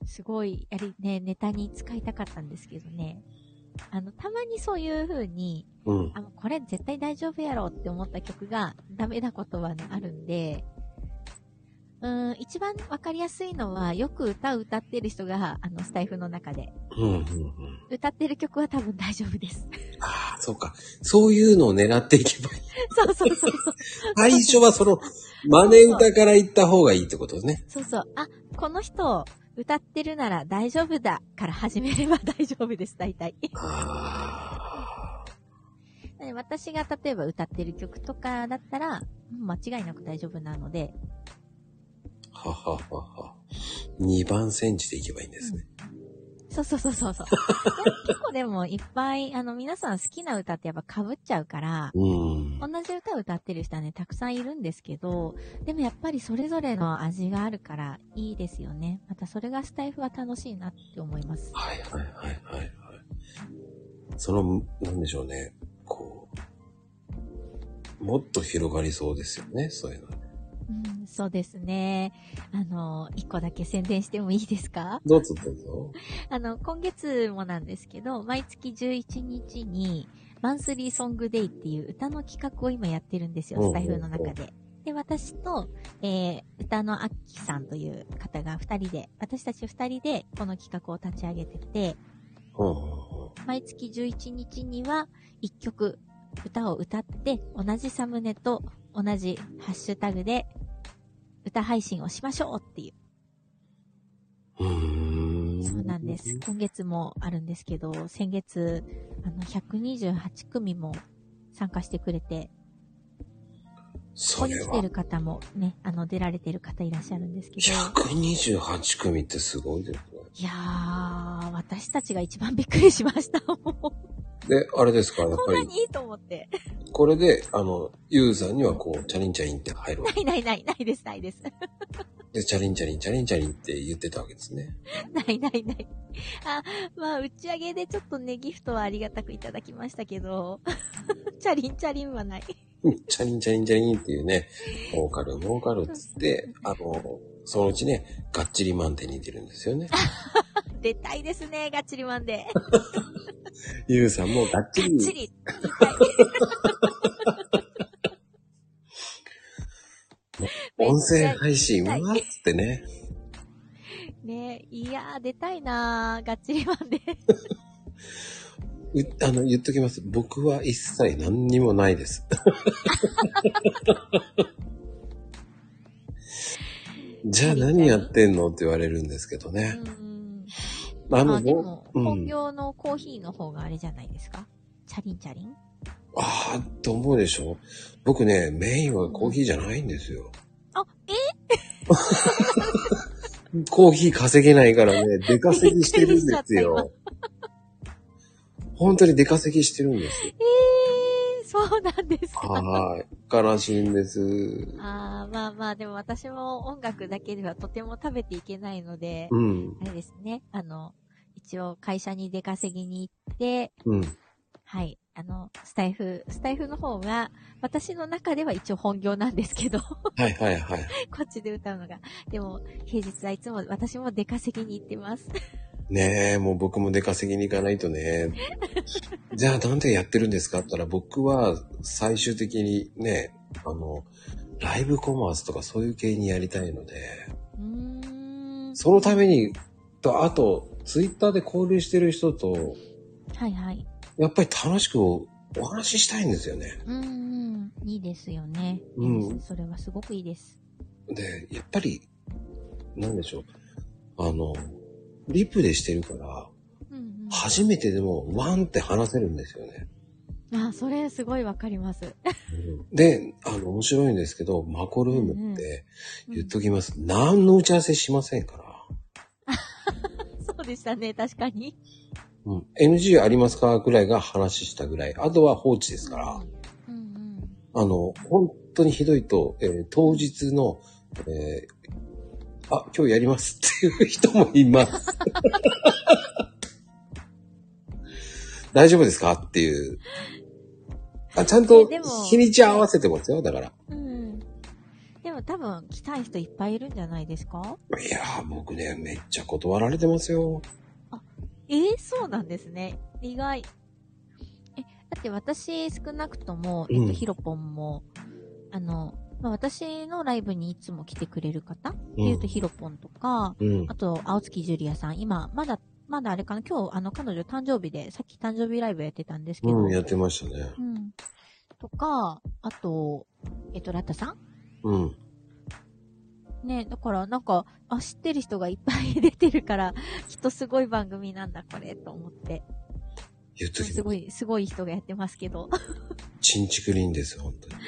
すごい、やりね、ネタに使いたかったんですけどね。あの、たまにそういう風に、うん、あの、これ絶対大丈夫やろって思った曲がダメなことはね、あるんで、うーん、一番わかりやすいのは、よく歌を歌ってる人が、あの、スタイフの中で。うんうんうん、歌ってる曲は多分大丈夫です。 ああ、そうか。そういうのを狙っていけばいい。 そうそうそうそう。 最初はその、真似歌から言った方がいいってことですね。 そうそう。あ、この人、歌ってるなら大丈夫だから始めれば大丈夫です、大体。あ私が例えば歌ってる曲とかだったら、間違いなく大丈夫なので。 はははは。にばんセンチでいけばいいんですね。 うん、そうそうそうそうそう。結構でもいっぱい、あの皆さん好きな歌ってやっぱ被っちゃうから、うん、同じ歌を歌ってる人はね、たくさんいるんですけど、でもやっぱりそれぞれの味があるからいいですよね。またそれがスタイフは楽しいなって思います。 はいはいはいはいはい。その、なんでしょうね。こう、もっと広がりそうですよね、そういうの。 うん、そうですね。あの、一個だけ宣伝してもいいですか？ どうぞどうぞ。 あの、今月もなんですけど、毎月じゅういちにちに、マンスリーソングデイっていう歌の企画を今やってるんですよ、スタイフの中で。で、私と、えー、歌のアッキさんという方が二人で、私たち二人でこの企画を立ち上げてて、毎月じゅういちにちにはいっきょく歌を歌って、同じサムネと同じハッシュタグで歌配信をしましょうっていう。 うーん。 そうなんです。今月もあるんですけど、先月、あの、ひゃくにじゅうはち組も参加してくれて、ここに来てる方もね、あの、出られてる方いらっしゃるんですけど。 ひゃくにじゅうはち組ってすごいですね。 いやー、私たちが一番びっくりしました。もうで、あれですか、やっぱり。 こんなにいいと思って。 これで、あの、ユウさんにはこう、チャリンチャリンって入るわけ。 ないないない、ないです、ないです。 で、チャリンチャリン、チャリンチャリンって言ってたわけですね。 ないないない。あ、まあ、打ち上げでちょっとね、ギフトはありがたくいただきましたけど、チャリンチャリンはない。 チャリンチャリンチャリンっていうね、ボーカル、ボーカルっつって、あの、そのうちね、ガッチリマンデに出るんですよね。 出たいですね、ガッチリマンデ。 ユウさんもガッチリ。 ガッチリ。 音声配信はつってね。 ね、いやー、出たいなー、ガッチリマンデ。 うあの、言っときます。僕は一切何にもないです。じゃあ何やってんのって言われるんですけどね。 うんあの、 あでも、 うん、 本業のコーヒーの方があれじゃないですか？チャリンチャリン？ ああ、と思うでしょ？僕ね、メインはコーヒーじゃないんですよ。 うん、あ、えコーヒー稼げないからね、出稼ぎしてるんですよ。本当に出稼ぎしてるんですよ。 えー、そうなんですか。 はい。悲しいんです。 ああ、まあまあ、でも私も音楽だけではとても食べていけないので、 うん。 あれですね、あの、一応会社に出稼ぎに行って、 うん。 はい、あの、スタイフ、スタイフの方が、私の中では一応本業なんですけど。 はいはいはい。 こっちで歌うのが。でも、平日はいつも私も出稼ぎに行ってます。 ねえ、もう僕も出稼ぎに行かないとね。じゃあなんでやってるんですかって言ったら、僕は最終的にね、あの、ライブコマースとかそういう系にやりたいので、 うーんそのために、と、あと、ツイッターで交流してる人と、 はいはい。 やっぱり楽しくお話ししたいんですよね。 うんうん。いいですよね。 うんいいです。それはすごくいいです。 で、やっぱり、なんでしょう。あの、リプでしてるから、 うんうん、 初めてでもワンって話せるんですよね。 あ、それすごいわかります。 で、あの、面白いんですけど、マコルームって言っときます。うんうん、何の打ち合わせしませんから。 そうでしたね、確かに。 うん。エヌジー ありますかぐらいが話したぐらい。あとは放置ですから。うんうん、あの、本当にひどいと、えー、当日の、えー、あ、今日やりますっていう人もいます。大丈夫ですかっていう。あ、ちゃんと日にち合わせてますよ、だから。うん。 でも多分来たい人いっぱいいるんじゃないですか？ いやー、僕ね、めっちゃ断られてますよ。 あ、えー、そうなんですね。意外。え、だって私少なくとも、えっと、うん、ヒロポンも、あの、まあ、私のライブにいつも来てくれる方っていうとヒロポンとか、うん、あと、青月ジュリアさん、今、まだ、まだあれかな、今日、あの、彼女誕生日で、さっき誕生日ライブやってたんですけど。 うん、やってましたね。 うん。とか、あと、えっと、ラッタさんうん。 ね、だから、なんか、あ、知ってる人がいっぱい出てるから、きっとすごい番組なんだ、これ、と思って。 言っときます。 すごい、すごい人がやってますけど。 チンチクリンです、本当に。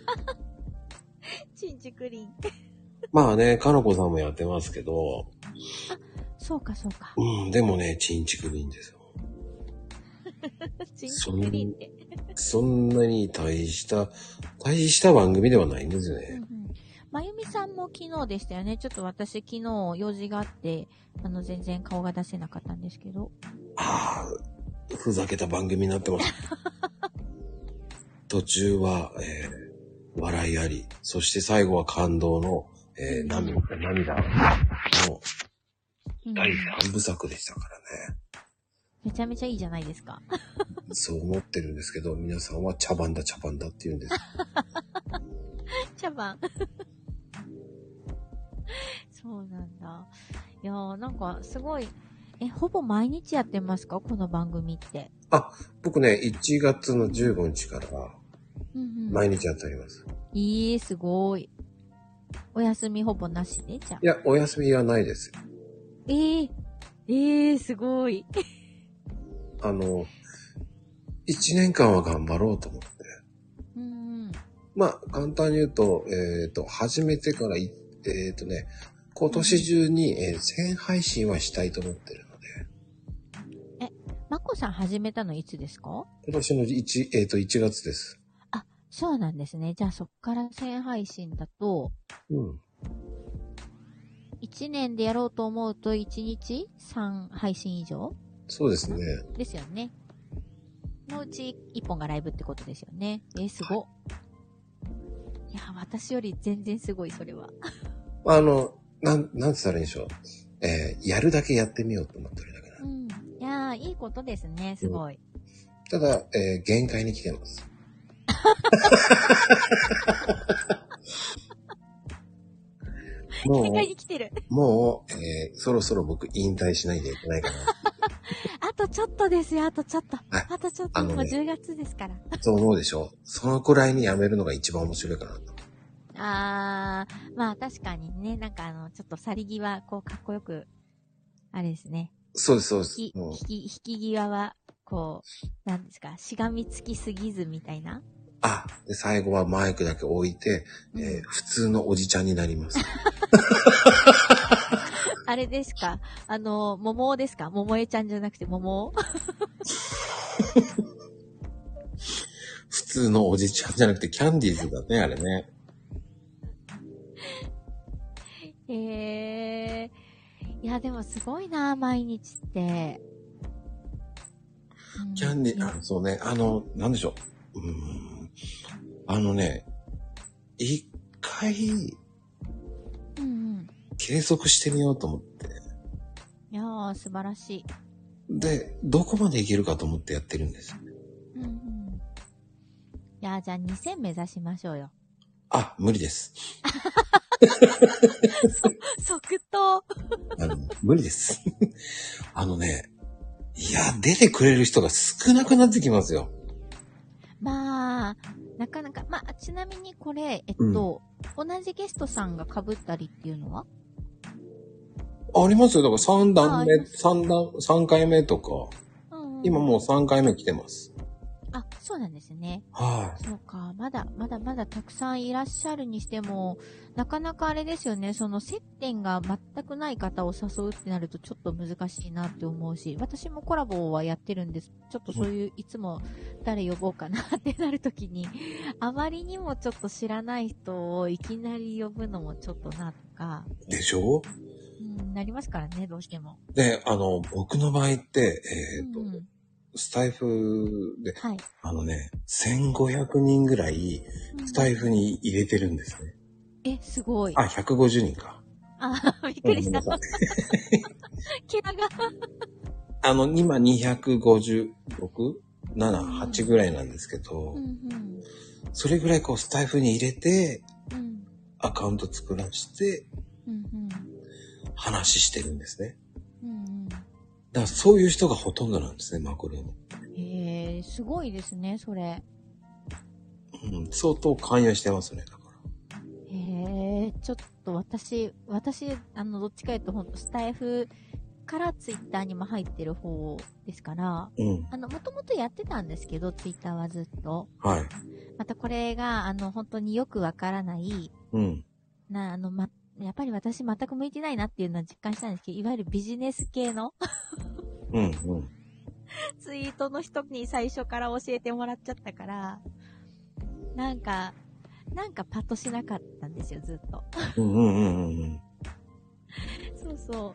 チンチクリン。 まあね、かのこさんもやってますけど。 あ、そうかそうか。 うん、でもね、チンチクリンですよ。 チンチクリンって。 そんなに大した、大した番組ではないんですよね。うんうん、 まゆみさんも昨日でしたよね。ちょっと私昨日用事があって、あの、全然顔が出せなかったんですけど。 ああ、ふざけた番組になってます。途中は、えー、笑いあり、そして最後は感動の、えー、涙、涙の第三部作でしたからね。 めちゃめちゃいいじゃないですか。 そう思ってるんですけど、皆さんは茶番だ茶番だって言うんです。 茶番。そうなんだ。いやー、なんかすごい、え、ほぼ毎日やってますか？この番組って。 あ、僕ね、いちがつのじゅうごにちから、毎日やっております。うんうん、 いい、すごい。お休みほぼなしでじゃあ。 いや、お休みはないです。 えー、えー、すごい。 あの、一年間は頑張ろうと思って。 うん。 まあ、簡単に言うと、えっと、始めてからい、えっとね、今年中に、えー、せん配信はしたいと思ってるので。 え、まこさん始めたのいつですか？ 今年のいち、えっと、いちがつです。 あ、そうなんですね。じゃあそっからせん配信だと、 うん。 いちねんでやろうと思うといちにちさん配信以上そうですね。 ですよね。のうちいっぽんがライブってことですよね。えー、すご。いや、私より全然すごい、それは。 あの、なん、なんつったらいいんでしょう。えー、やるだけやってみようと思ってるだけな。 うん。いやー、いいことですね、すごい。うん、 ただ、えー、限界に来てます。 もう、限界に来てる。 もう、えー、そろそろ僕引退しないといけないかな。 あとちょっとですよ、あとちょっと。あとちょっと、ね、もうじゅうがつですから。 そう思うでしょ？そのくらいにやめるのが一番面白いかなと。 あー、まあ確かにね、なんかあの、ちょっと去り際、こう、かっこよく、あれですね。 そうです、そうです。 引き、引き、引き際は、こう、なんですか、しがみつきすぎずみたいな。 あ、で、最後はマイクだけ置いて、うん、えー、普通のおじちゃんになります。 あれですか？あの、桃ですか？桃江ちゃんじゃなくて桃普通のおじちゃんじゃなくてキャンディーズだね、あれね。 へえー。いや、でもすごいな、毎日って。 キャンディー、あ、そうね、あの、なんでしょう。うーん。あのね、一回、うんうん、計測してみようと思って。 いやー、素晴らしい。 で、どこまでいけるかと思ってやってるんですよね。 うんうん。いやー、じゃあにせん目指しましょうよ。 あ、無理です。 そ、即答。 あの、無理です。あのね、いや、出てくれる人が少なくなってきますよ。 まあ、なかなか、まあ、ちなみにこれ、えっと、うん、同じゲストさんが被ったりっていうのはありますよ。だからさんだんめ、さんだん、さんかいめとか、うんうん、今もうさんかいめ来てます。 あ、そうなんですね。 はい。 そうか。まだ、まだまだたくさんいらっしゃるにしても、なかなかあれですよね。その接点が全くない方を誘うってなるとちょっと難しいなって思うし、私もコラボはやってるんです。ちょっとそういう、いつも誰呼ぼうかなってなるときに、あまりにもちょっと知らない人をいきなり呼ぶのもちょっとなとか。 でしょ？ うん、なりますからね、どうしても。 で、あの、僕の場合って、えっと、うんうん、スタイフで、はい、あのね、せんごひゃくにんぐらい、スタイフに入れてるんですね。 うん、え、すごい。 あ、ひゃくごじゅうにんか。 あ、びっくりした。キラが。 あの、今にひゃくごじゅうろく、なな、はちぐらいなんですけど、うんうん、それぐらいこうスタイフに入れて、うん、アカウント作らして、うんうん、話してるんですね。うんうん、だからそういう人がほとんどなんですね、マコルーム。 へえ、すごいですね、それ。 うん、相当関与してますね、だから。 へえ、ちょっと私、私、あの、どっちかというと、ほんと、スタイフからツイッターにも入ってる方ですから、うん、あの、もともとやってたんですけど、ツイッターはずっと。はい。またこれが、あの、本当によくわからない、うん。な、あの、ま、やっぱり私全く向いてないなっていうのは実感したんですけど、いわゆるビジネス系のうんうん。ツイートの人に最初から教えてもらっちゃったから、なんか、なんかパッとしなかったんですよ、ずっと。うんうんうんうん。そうそう。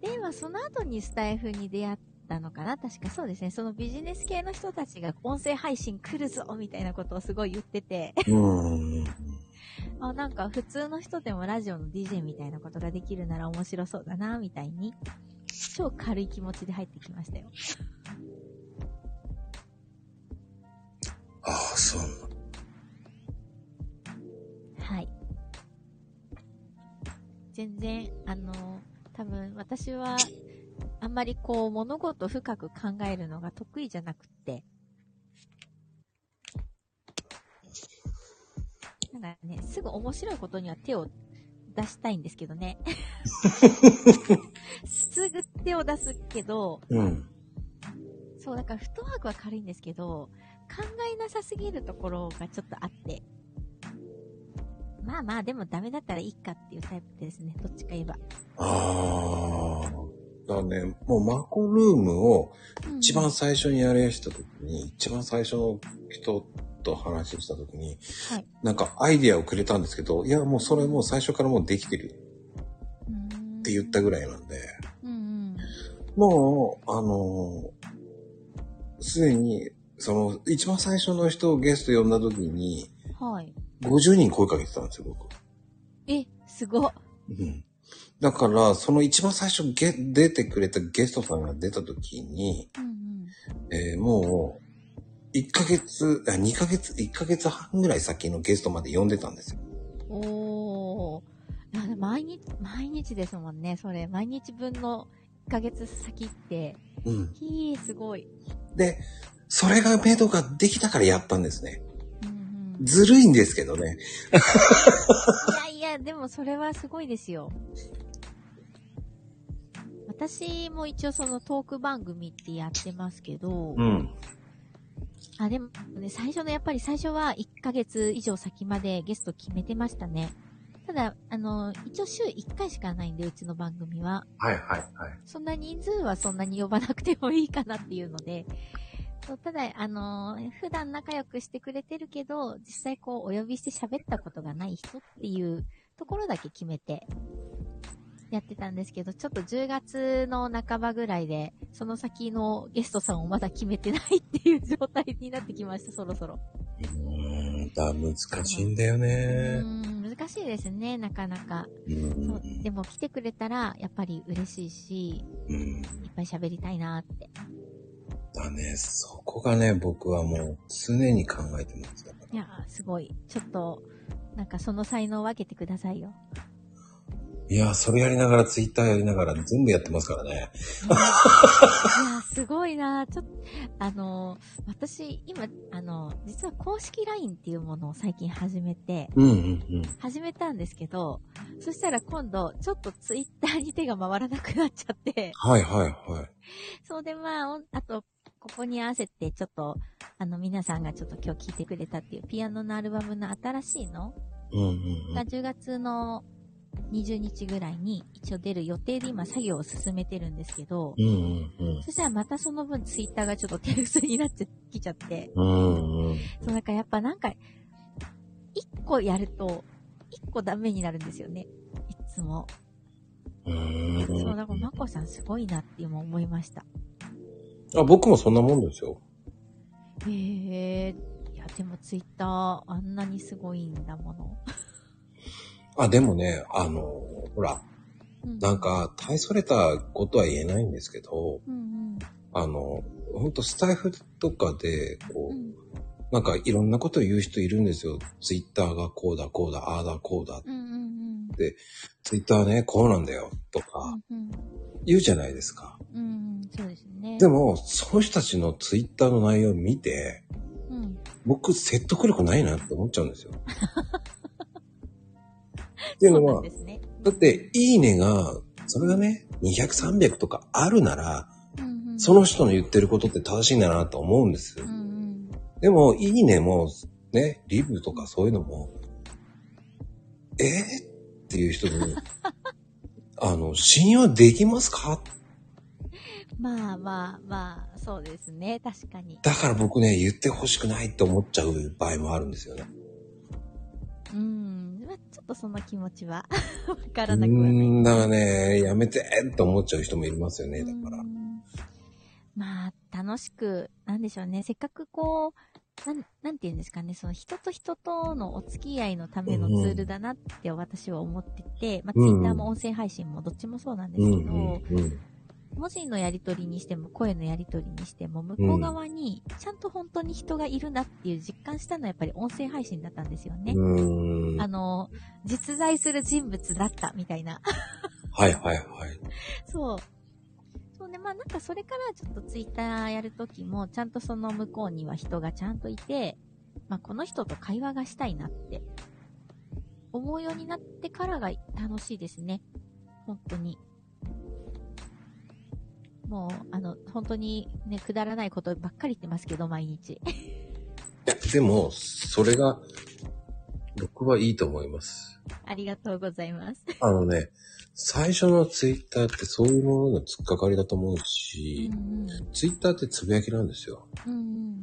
で、まあその後にスタイフに出会ったのかな、確かそうですね。そのビジネス系の人たちが音声配信来るぞみたいなことをすごい言ってて。うんあ、なんか普通の人でもラジオの ディージェー みたいなことができるなら面白そうだな、みたいに、超軽い気持ちで入ってきましたよ。 ああ、そう。 はい。全然、あの、多分私は、あんまりこう、物事を深く考えるのが得意じゃなくって、 なんかね、すぐ面白いことには手を出したいんですけどね。すぐ手を出すけど、 うん。 そう、だからフットワークは軽いんですけど、考えなさすぎるところがちょっとあって。まあまあ、でもダメだったらいいかっていうタイプですね。どっちか言えば。 ああ。だね、もうマコルームを一番最初にやりした時に、うん、一番最初の人と話した時に、はい、なんかアイディアをくれたんですけど、いやもうそれもう最初からもうできてるって言ったぐらいなんで、うんうん、もう、あの、すでに、その、一番最初の人をゲスト呼んだ時に、はい、ごじゅうにん声かけてたんですよ、僕。 え、すごっ。 うん。だから、その一番最初ゲ出てくれたゲストさんが出た時に、うんうんえー、もう、いっかげつ、あ、にかげつ、いっかげつはんぐらい先のゲストまで呼んでたんですよ。 おー。毎日、毎日ですもんね、それ。毎日分のいっかげつ先って。うん。ひー、すごい。 で、それがメドができたからやったんですね。うんうん、ずるいんですけどね。 いやいや、でもそれはすごいですよ。私も一応そのトーク番組ってやってますけど、うん。あ、でもね、最初のやっぱり最初はいっかげつ以上先までゲスト決めてましたね。ただ、あの、一応週いっかいしかないんで、うちの番組は。 はいはいはい。 そんな人数はそんなに呼ばなくてもいいかなっていうので、そうただ、あの、普段仲良くしてくれてるけど、実際こうお呼びして喋ったことがない人っていうところだけ決めてやってたんですけど、ちょっとじゅうがつの半ばぐらいで、その先のゲストさんをまだ決めてないっていう状態になってきました、そろそろ。 うーん、だ、難しいんだよね。 うーん、難しいですね、なかなか。そうでも来てくれたら、やっぱり嬉しいし、うん、いっぱい喋りたいなって。 だね、そこがね、僕はもう常に考えてますだから。 いや、すごい。ちょっと、なんかその才能を分けてくださいよ。 いや、それやりながらツイッターやりながら全部やってますからね。いや、すごいな。ちょっと、あの、私、今、あの、実は公式 ライン っていうものを最近始めて、うんうんうん、始めたんですけど、そしたら今度、ちょっとツイッターに手が回らなくなっちゃって。 はいはいはい。 そうで、まあ、あと、ここに合わせて、ちょっと、あの、皆さんがちょっと今日聴いてくれたっていうピアノのアルバムの新しいの、うんうんうん、がじゅうがつのにじゅうにちぐらいに一応出る予定で今作業を進めてるんですけど、うんうんうん、そしたらまたその分ツイッターがちょっと手薄になってきちゃって、うんうん、そうなんかやっぱなんか一個やると一個ダメになるんですよね、いつも。うん、そうだからまこさんすごいなって今思いました。 あ、僕もそんなもんですよ。 へえー、いやでもツイッターあんなにすごいんだもの。 あ、でもね、あの、ほら、うん、なんか、大それたことは言えないんですけど、うんうん、あの、ほんとスタイフとかで、こう、うん、なんかいろんなこと言う人いるんですよ。ツイッターがこうだ、こうだ、ああだ、こうだ。うんうんうん、で、ツイッターね、こうなんだよ、とか、うんうん、言うじゃないですか。 うん、そうですね。 でも、その人たちのツイッターの内容を見て、うん、僕、説得力ないなって思っちゃうんですよ。っていうのは、ね、だって、いいねが、それがね、にひゃく、さんびゃくとかあるなら、うんうん、その人の言ってることって正しいんだなと思うんです。うんうん、でも、いいねも、ね、リブとかそういうのも、えー、っていう人に、あの、信用できますか？ まあまあまあ、そうですね、確かに。 だから僕ね、言ってほしくないって思っちゃう場合もあるんですよね。 うん、まあ、ちょっとその気持ちはわからなくはない。 うん、だからね、やめてって思っちゃう人もいますよね、だから。 まあ、楽しく、なんでしょうね、せっかくこう、なん、なんて言うんですかね、その人と人とのお付き合いのためのツールだなって私は思ってて、まあ、ツイッターも音声配信もどっちもそうなんですけど、うんうんうん、文字のやり取りにしても声のやり取りにしても向こう側にちゃんと本当に人がいるなっていう実感したのはやっぱり音声配信だったんですよね。うーん、あの、実在する人物だったみたいな。 はいはいはい。 そう。そうね、まあなんかそれからちょっとツイッターやるときもちゃんとその向こうには人がちゃんといて、まあこの人と会話がしたいなって思うようになってからが楽しいですね。本当に。もう、あの、本当にね、くだらないことばっかり言ってますけど、毎日。いや、でも、それが、僕はいいと思います。 ありがとうございます。 あのね、最初のツイッターってそういうものの突っかかりだと思うし、うんうん、ツイッターってつぶやきなんですよ。うん、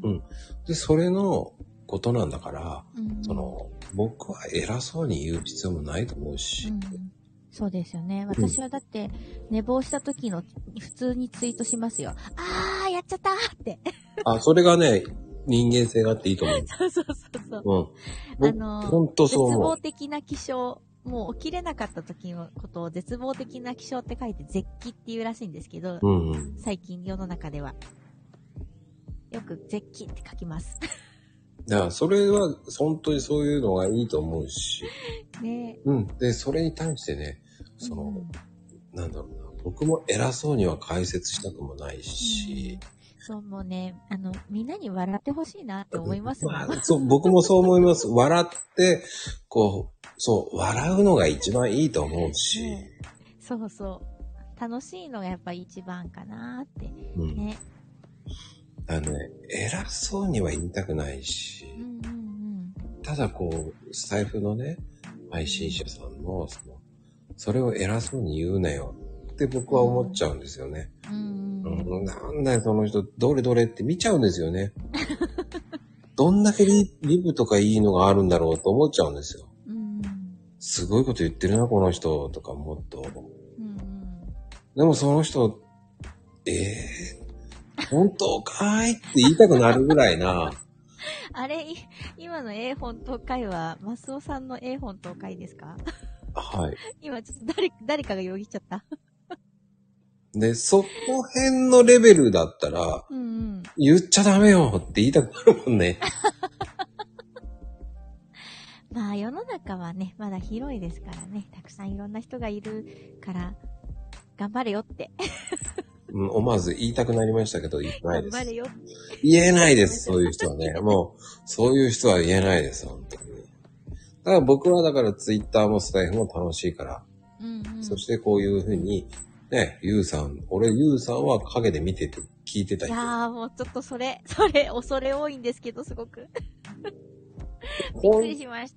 うん、で、それのことなんだから、うんうん、その、僕は偉そうに言う必要もないと思うし。うん、 そうですよね。私はだって、寝坊した時の普通にツイートしますよ。あー、やっちゃったーって。 あ、それがね、人間性があっていいと思う。 そうそうそうそう。うん。あの、 本当そう思う。 絶望的な気象。もう起きれなかった時のことを絶望的な気象って書いて絶起っていうらしいんですけど、うんうん、最近世の中では。よく絶起って書きます。 だからそれは本当にそういうのがいいと思うし。ね。うん。で、それに対してね、その、うん、なんだろうな。僕も偉そうには解説したくもないし、うんそう、もうね、あの、みんなに笑ってほしいなって思いますもん。まあ、そう、僕もそう思います。笑って、こう、そう、笑うのが一番いいと思うし。ね、 そうそう。楽しいのがやっぱ一番かなって。うん、ね。 あのね、偉そうには言いたくないし、うんうんうん、ただこう、スタイフのね、配信者さんの、その、それを偉そうに言うなよって僕は思っちゃうんですよね。うんうん、なんだよその人、どれどれって見ちゃうんですよね。どんだけ リ, リブとかいいのがあるんだろうと思っちゃうんですよ。うん、すごいこと言ってるな、この人とかもっと。うん、でもその人、えー、本当かいって言いたくなるぐらいな。 あれ、今の A 本当かいは、マスオさんの A 本当かいですか？ はい。 今ちょっと誰、誰かがよぎっちゃった。 で、そこ辺のレベルだったら、うんうん、言っちゃダメよって言いたくなるもんね。 まあ世の中はね、まだ広いですからね、たくさんいろんな人がいるから、頑張れよって。 うん、思わず言いたくなりましたけど、言えないです。 頑張れよ。 言えないです、そういう人はね。もう、そういう人は言えないです、本当に。だから僕はだからツイッターもスタイフも楽しいから、うんうん、そしてこういうふうに、ね、ゆうさん、俺ゆうさんは陰で見てて聞いてた人。 いやーもうちょっとそれ、それ、恐れ多いんですけど、すごく。びっくりしました、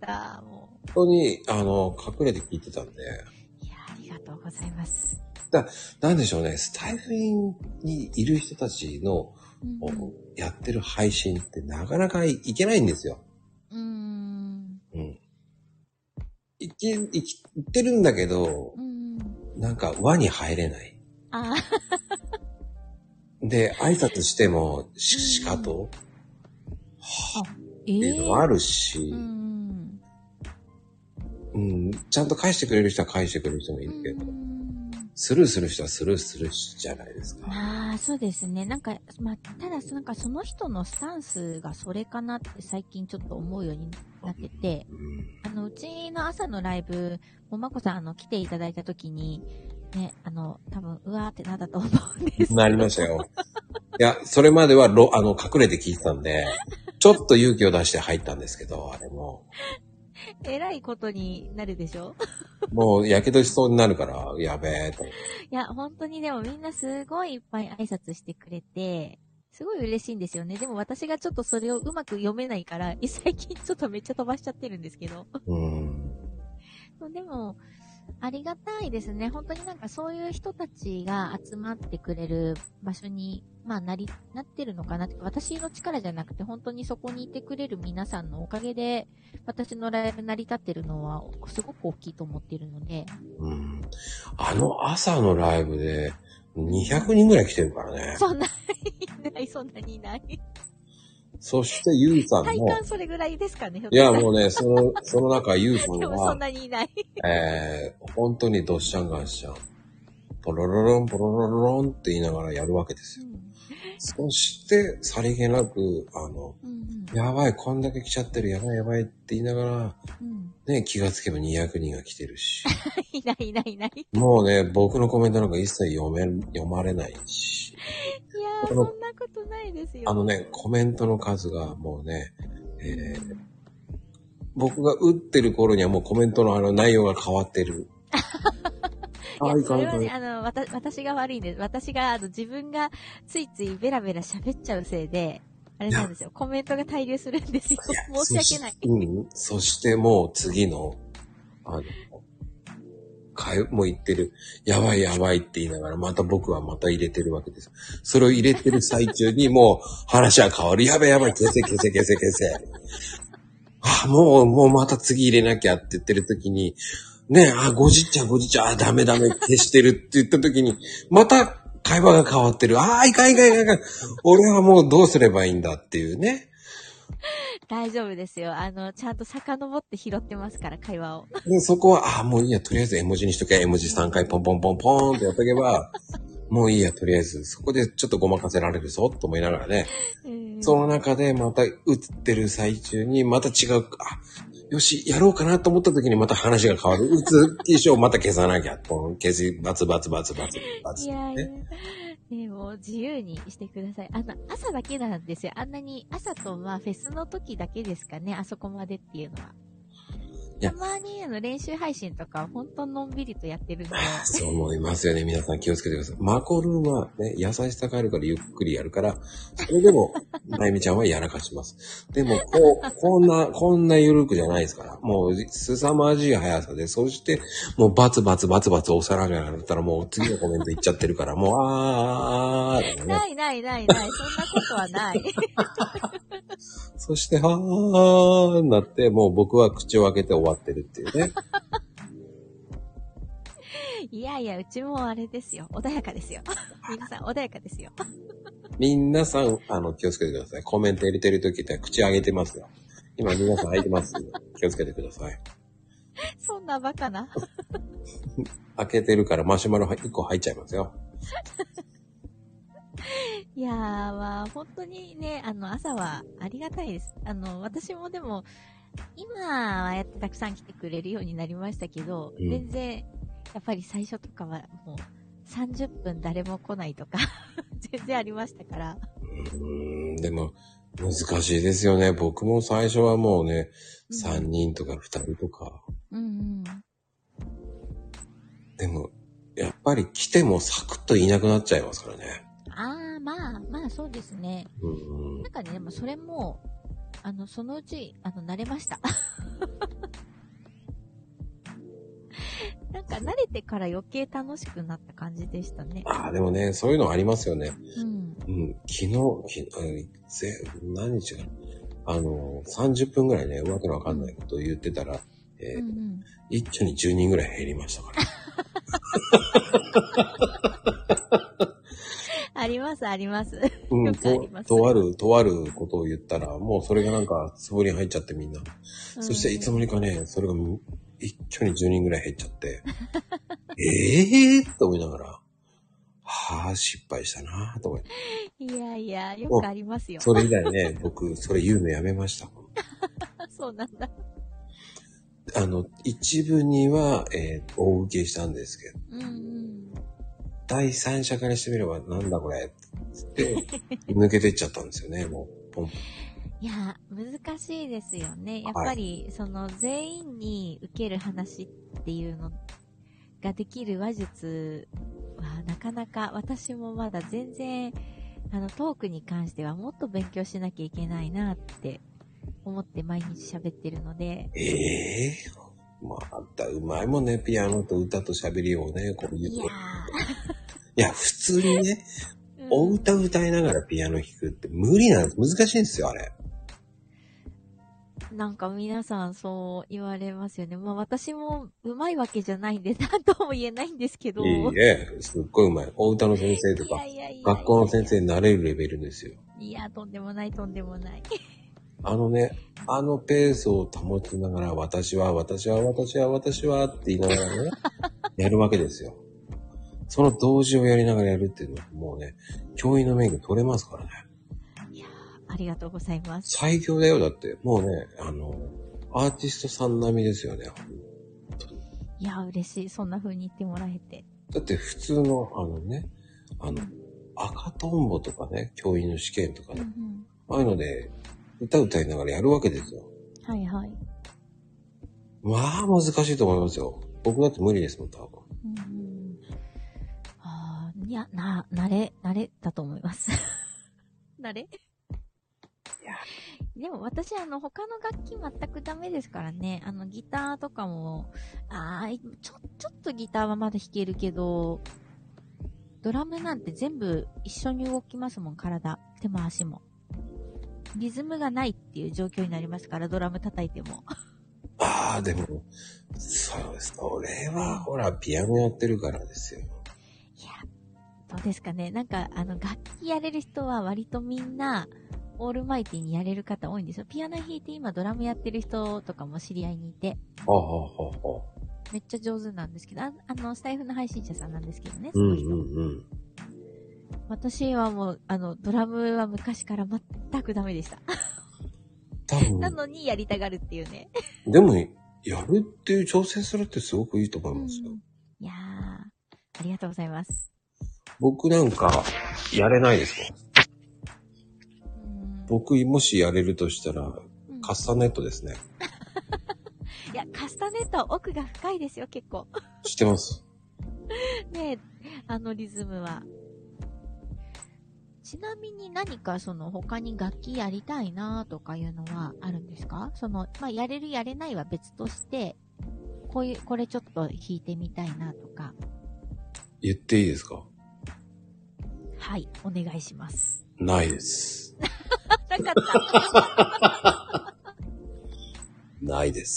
もう。本当に、あの、隠れて聞いてたんで。 いやーありがとうございます。 だ、なんでしょうね、スタイフにいる人たちの、うん、やってる配信ってなかなかいけないんですよ。うーん。うん。いけ、いき、言ってるんだけど、うん、なんか輪に入れない。あで、挨拶しても、し、しかと、はぁ、っていうのもあるし、えー、うんうん、ちゃんと返してくれる人は返してくれる人もいるけど、スルーする人はスルーするじゃないですか。 ああ、そうですね。なんか、まあ、ただ、なんかその人のスタンスがそれかなって最近ちょっと思うようになってて、うん、あの、うちの朝のライブ、もまこさん、あの、来ていただいたときに、ね、あの、多分、うわーってなったと思うんですけど。 なりましたよ。いや、それまではろ、あの、隠れて聞いてたんで、ちょっと勇気を出して入ったんですけど、あれも。 えらいことになるでしょ？ もう、やけどしそうになるから、やべえと。いや、本当にでもみんなすごいいっぱい挨拶してくれて、すごい嬉しいんですよね。でも私がちょっとそれをうまく読めないから、最近ちょっとめっちゃ飛ばしちゃってるんですけど。うーん。でも、ありがたいですね。本当になんかそういう人たちが集まってくれる場所に、まあなり、なってるのかなって、私の力じゃなくて本当にそこにいてくれる皆さんのおかげで、私のライブ成り立ってるのはすごく大きいと思っているので。 うん。あの朝のライブでにひゃくにんぐらい来てるからね。 そんなにいない、そんなにいない。 そしてゆうさんも。 体感それぐらいですかね。 いやもうね、その、その中ゆうさんは。 でもそんなにいない。 えー、本当にドッシャンガンシャン。ポロロロン、ポロロロロンって言いながらやるわけですよ。うん、そして、さりげなく、あの、うんうん、やばい、こんだけ来ちゃってる、やばいやばいって言いながら、うん、ね、気がつけばにひゃくにんが来てるし。 いないいないいない。 もうね、僕のコメントなんか一切読め、読まれないし。 いやー、そんなことないですよ。 あのね、コメントの数がもうね、えー、 僕が打ってる頃にはもうコメントのあの内容が変わってる。 いや、それはね、あの、わた、私が悪いんです。私が、あの、自分がついついベラベラ喋っちゃうせいで、あれなんですよ。コメントが滞留するんですよ。申し訳ない。 うん。そしてもう次の、あの、かよ、もう言ってる。やばいやばいって言いながら、また僕はまた入れてるわけです。それを入れてる最中にもう話は変わる。やばいやばい、消せ消せ消せ消せ。あ、もう、もうまた次入れなきゃって言ってる時に、ねえ、あ、ごじっちゃごじっちゃ、あ、ダメダメ、消してるって言った時に、また会話が変わってる。ああ、いかんいかんいかんいかん。俺はもうどうすればいいんだっていうね。 大丈夫ですよ。あの、ちゃんと遡って拾ってますから、会話を。 で、そこは、ああ、もういいや、とりあえず絵文字にしとけ。絵文字さんかいポンポンポンポンってやっとけば、もういいや、とりあえず、そこでちょっとごまかせられるぞ、と思いながらね。その中でまた打ってる最中に、また違う、あ、よし、やろうかなと思った時にまた話が変わる。打つ記事をまた消さなきゃ。消し、バツバツバツバツバツ。 いやいや。ね、もう自由にしてください。あの、朝だけなんですよ。あんなに、朝とまあフェスの時だけですかね、あそこまでっていうのは。たまにあの練習配信とかほんとのんびりとやってるんで。 そう思いますよね。皆さん気をつけてください。マコルームはね、優しさがあるからゆっくりやるから、それでも、まゆみちゃんはやらかします。でも、こう、こんな、こんなゆるくじゃないですから。もう、凄まじい速さで、そして、もうバツバツバツバツ押さなきゃなったら、もう次のコメントいっちゃってるから、もう、あー、あー、 ね、ないないないない、そんなことはない。 そして、はーなって、もう僕は口を開けて終わってるっていうね。 いやいや、うちもあれですよ。穏やかですよ。皆さん穏やかですよ。 皆さん、あの、気をつけてください。コメント入れてるときって口開げてますよ。今皆さん開いてます。気をつけてください。 そんなバカな。 開けてるからマシュマロいっこ入っちゃいますよ。 いやー、まあ、本当にね、あの、朝はありがたいです。あの、私もでも、今はやってたくさん来てくれるようになりましたけど、うん、全然、やっぱり最初とかはもうさんじゅっぷん誰も来ないとか、全然ありましたから。 うーん、でも、難しいですよね。僕も最初はもうね、うん、さんにんとかふたりとか。 うんうん。 でも、やっぱり来てもサクッといなくなっちゃいますからね。 ああ、まあ、まあそうですね。 うんうん、 なんかね、でもそれも、あの、そのうち、あの、慣れました。なんか慣れてから余計楽しくなった感じでしたね。 ああ、でもね、そういうのありますよね。 うん。 うん。昨日、きあぜ何日かな。あの、さんじゅっぷんぐらいね、わけのわかんないことを言ってたら、えーうんうん、一挙にじゅうにんぐらい減りましたから。 あります、あります。 うん、と、とある、とあることを言ったら、もうそれがなんか、つぼに入っちゃってみんな。うん、そしていつの間にかね、それが一挙にじゅうにんぐらい減っちゃって、ええーと思いながら、はあ、失敗したなぁと思って。 いやいや、よくありますよ。 それ以来ね、僕、それ言うのやめました。 そうなんだ。 あの、一部には、えー、大受けしたんですけど、 うんうん、 第三者からしてみれば、なんだこれって抜けてっちゃったんですよね、もう、ポンポン。 いや、難しいですよね。やっぱり、はい、その、全員に受ける話っていうのができる話術は、なかなか、私もまだ全然、あの、トークに関してはもっと勉強しなきゃいけないなって思って毎日喋ってるので。 ええー、またうまいもんね、ピアノと歌と喋りをね、こう言うと。いやいや、普通にね、うん、お歌歌いながらピアノ弾くって無理なんです。難しいんですよ、あれ。 なんか皆さんそう言われますよね。まあ私も上手いわけじゃないんで何とも言えないんですけど。 いいえ、すっごい上手い。お歌の先生とか、学校の先生になれるレベルですよ。 いや、とんでもないとんでもない。 あのね、あのペースを保ちながら、私は、私は、私は、私はって言いながらね、やるわけですよ。その同時をやりながらやるっていうのはもうね、教員の免許取れますからね。 いやー、ありがとうございます。 最強だよ、だって。もうね、あの、アーティストさん並みですよね。 いやー、嬉しい。そんな風に言ってもらえて。 だって普通の、あのね、あの、赤とんぼとかね、教員の試験とかね、うんうん、ああいうので、歌歌いながらやるわけですよ。 はいはい。 まあ難しいと思いますよ。僕だって無理ですもん、多分。 うん、あいや、な、慣れ、慣れだと思います。慣れいや。でも私、あの、他の楽器全くダメですからね。あの、ギターとかも、あー、ちょ、ちょっとギターはまだ弾けるけど、ドラムなんて全部一緒に動きますもん、体。手も足も。リズムがないっていう状況になりますから、ドラム叩いても。 ああ、でも、そう、それは、ほら、ピアノやってるからですよ。いや、 どうですかね。なんか、あの、楽器やれる人は割とみんな、オールマイティにやれる方多いんですよ。ピアノ弾いて今ドラムやってる人とかも知り合いにいて。 はあ、はあはあ、 めっちゃ上手なんですけど、あ, あの、スタイフの配信者さんなんですけどね、 その人。うんうんうん。 私はもう、あの、ドラムは昔から全くダメでした。多分。なのにやりたがるっていうね。 でも、やるっていう挑戦するってすごくいいと思いますよ。うん、 いやー、ありがとうございます。 僕なんか、やれないですもん。僕、もしやれるとしたら、うん、カスタネットですね。 いや、カスタネットは奥が深いですよ、結構。 知ってます。 ねえ、あのリズムは。ちなみに何かその他に楽器やりたいなとかいうのはあるんですか？その、まあ、やれるやれないは別として、こういう、これちょっと弾いてみたいなとか。 言っていいですか？ はい、お願いします。 ないです。 なかった。 ないです。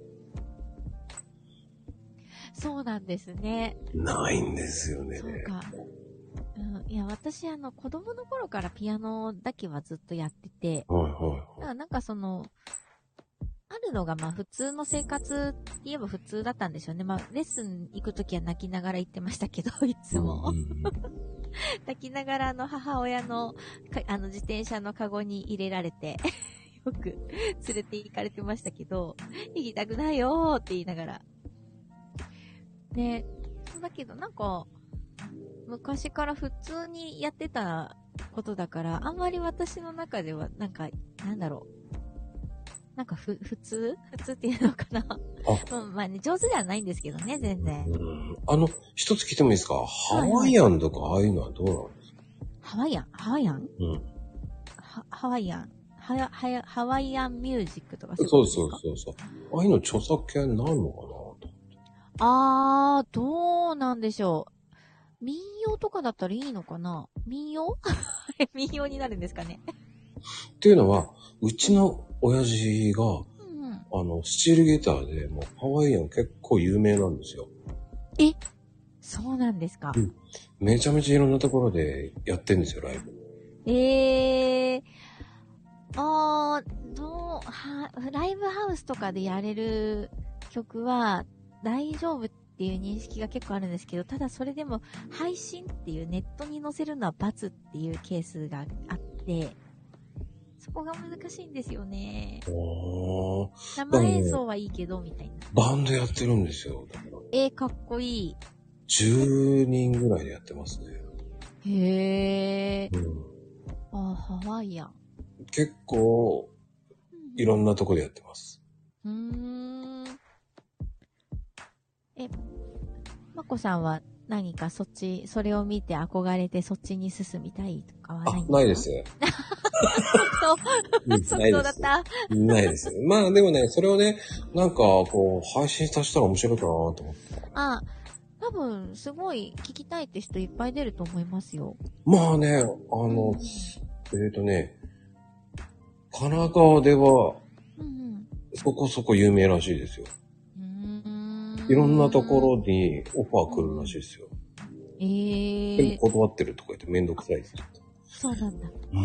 そうなんですね。 ないんですよね。 そうか。うん、いや、私、あの、子供の頃からピアノだけはずっとやってて、 はいはいはい。 だからなんかその、あるのがまあ普通の生活って言えば普通だったんですよね。まあ、レッスン行くときは泣きながら行ってましたけど、いつも。うんうんうん、泣きながらあの母親の、あの自転車のカゴに入れられて、よく連れて行かれてましたけど、行きたくないよーって言いながら。ね、そうだけどなんか、昔から普通にやってたことだから、あんまり私の中では、なんか、なんだろう。なんかふ、普通普通っていうのかな。あ、うん、まあね、上手ではないんですけどね、全然。 うん、あの、一つ聞いてもいいですか？ハワイアンとかああいうのはどうなんですか？ ハワイアンハワイアンうん。 はハワイアンはや、はや、ハワイアンミュージックとかそうそうそうそう。ああいうの著作権になるのかなと。 あー、どうなんでしょう。民謡とかだったらいいのかな？民謡民謡になるんですかね。 っていうのは、うちの親父が、うんうん、あの、スチールギターで、もうハワイアン結構有名なんですよ。 え？そうなんですか？ うん。めちゃめちゃいろんなところでやってんですよ、ライブ。 えー、あー、どう、は、ライブハウスとかでやれる曲は大丈夫っていう認識が結構あるんですけど、ただそれでも配信っていうネットに載せるのは罰っていうケースがあって、そこが難しいんですよね。生演奏はいいけど、みたいな。 バンドやってるんですよ。だからえー、かっこいい。 じゅうにんぐらいでやってますね。 へー。うん、あ、ハワイアン。 結構、いろんなとこでやってます。 うーん。え、まこさんは何かそっち、それを見て憧れてそっちに進みたいとかはないんですか？ ないです。 即答だった。 ないです。まあでもね、それをね、なんかこう、配信させたら面白いかなと思って。 あ、多分、すごい聞きたいって人いっぱい出ると思いますよ。 まあね、あの、うん、えっとね、神奈川では、うんうん、そこそこ有名らしいですよ。うーん、いろんなところにオファー来るらしいですよ。えー。でも断ってるとか言ってめんどくさいです。 そうなんだ。 うん。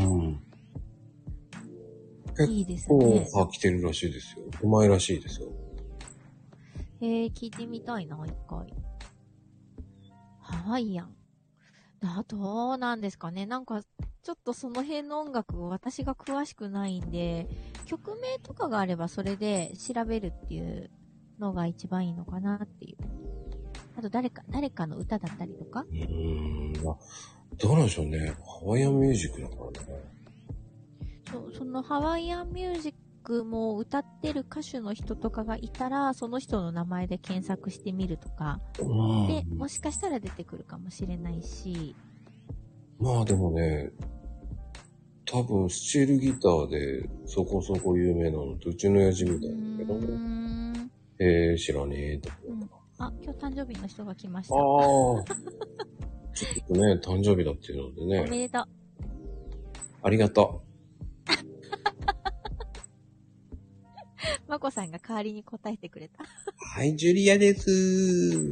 いいですね。結構来てるらしいですよ。うまいらしいですよ。 えー、聞いてみたいな、一回。ハワイアン。だ、どうなんですかね。なんか、ちょっとその辺の音楽を私が詳しくないんで、曲名とかがあればそれで調べるっていうのが一番いいのかなっていう。あと誰か、誰かの歌だったりとか。 うーん、まあ、どうなんでしょうね。ハワイアンミュージックだからね。 そ, そのハワイアンミュージッ曲も歌ってる歌手の人とかがいたら、その人の名前で検索してみるとか、 うん、 で、もしかしたら出てくるかもしれないし。 まあでもね、多分スチールギターでそこそこ有名なのってうちの親父みたいだけど、うーんえー、知らねえと、うん。 あ、今日誕生日の人が来ました。 ああ。ちょっとね、誕生日だっていうのでね。 おめでとう。 ありがとう。 まこさんが代わりに答えてくれた。 はい、ジュリアです。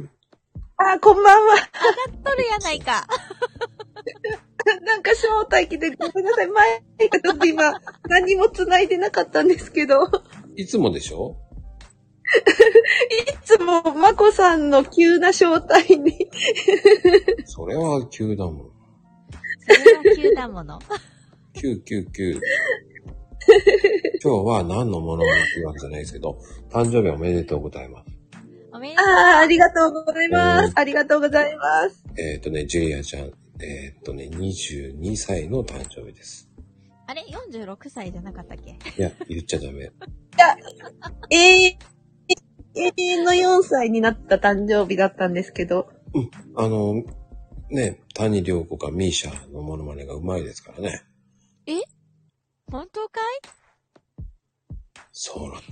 あ、こんばんは。 上がっとるやないか。 なんか招待来てごめんなさい。前ちょっと今何も繋いでなかったんですけど。 いつもでしょ？ いつもまこさんの急な招待に。 それは急だもん。 それは急だもの。 急急急。今日は何のものっていうわけじゃないですけど、誕生日おめでとうございます。 おめでとう。 ああ、ありがとうございます。えー、ありがとうございます。 えっとね、ジュリアちゃん、えっとね、にじゅうにさいの誕生日です。 あれ ?よんじゅうろくさいじゃなかったっけ？ いや、言っちゃダメ。いや、 えー、永遠のよんさいになった誕生日だったんですけど。 うん。あの、ね、谷涼子かミーシャのモノマネがうまいですからね。 え？本当かい？ そうなんだ。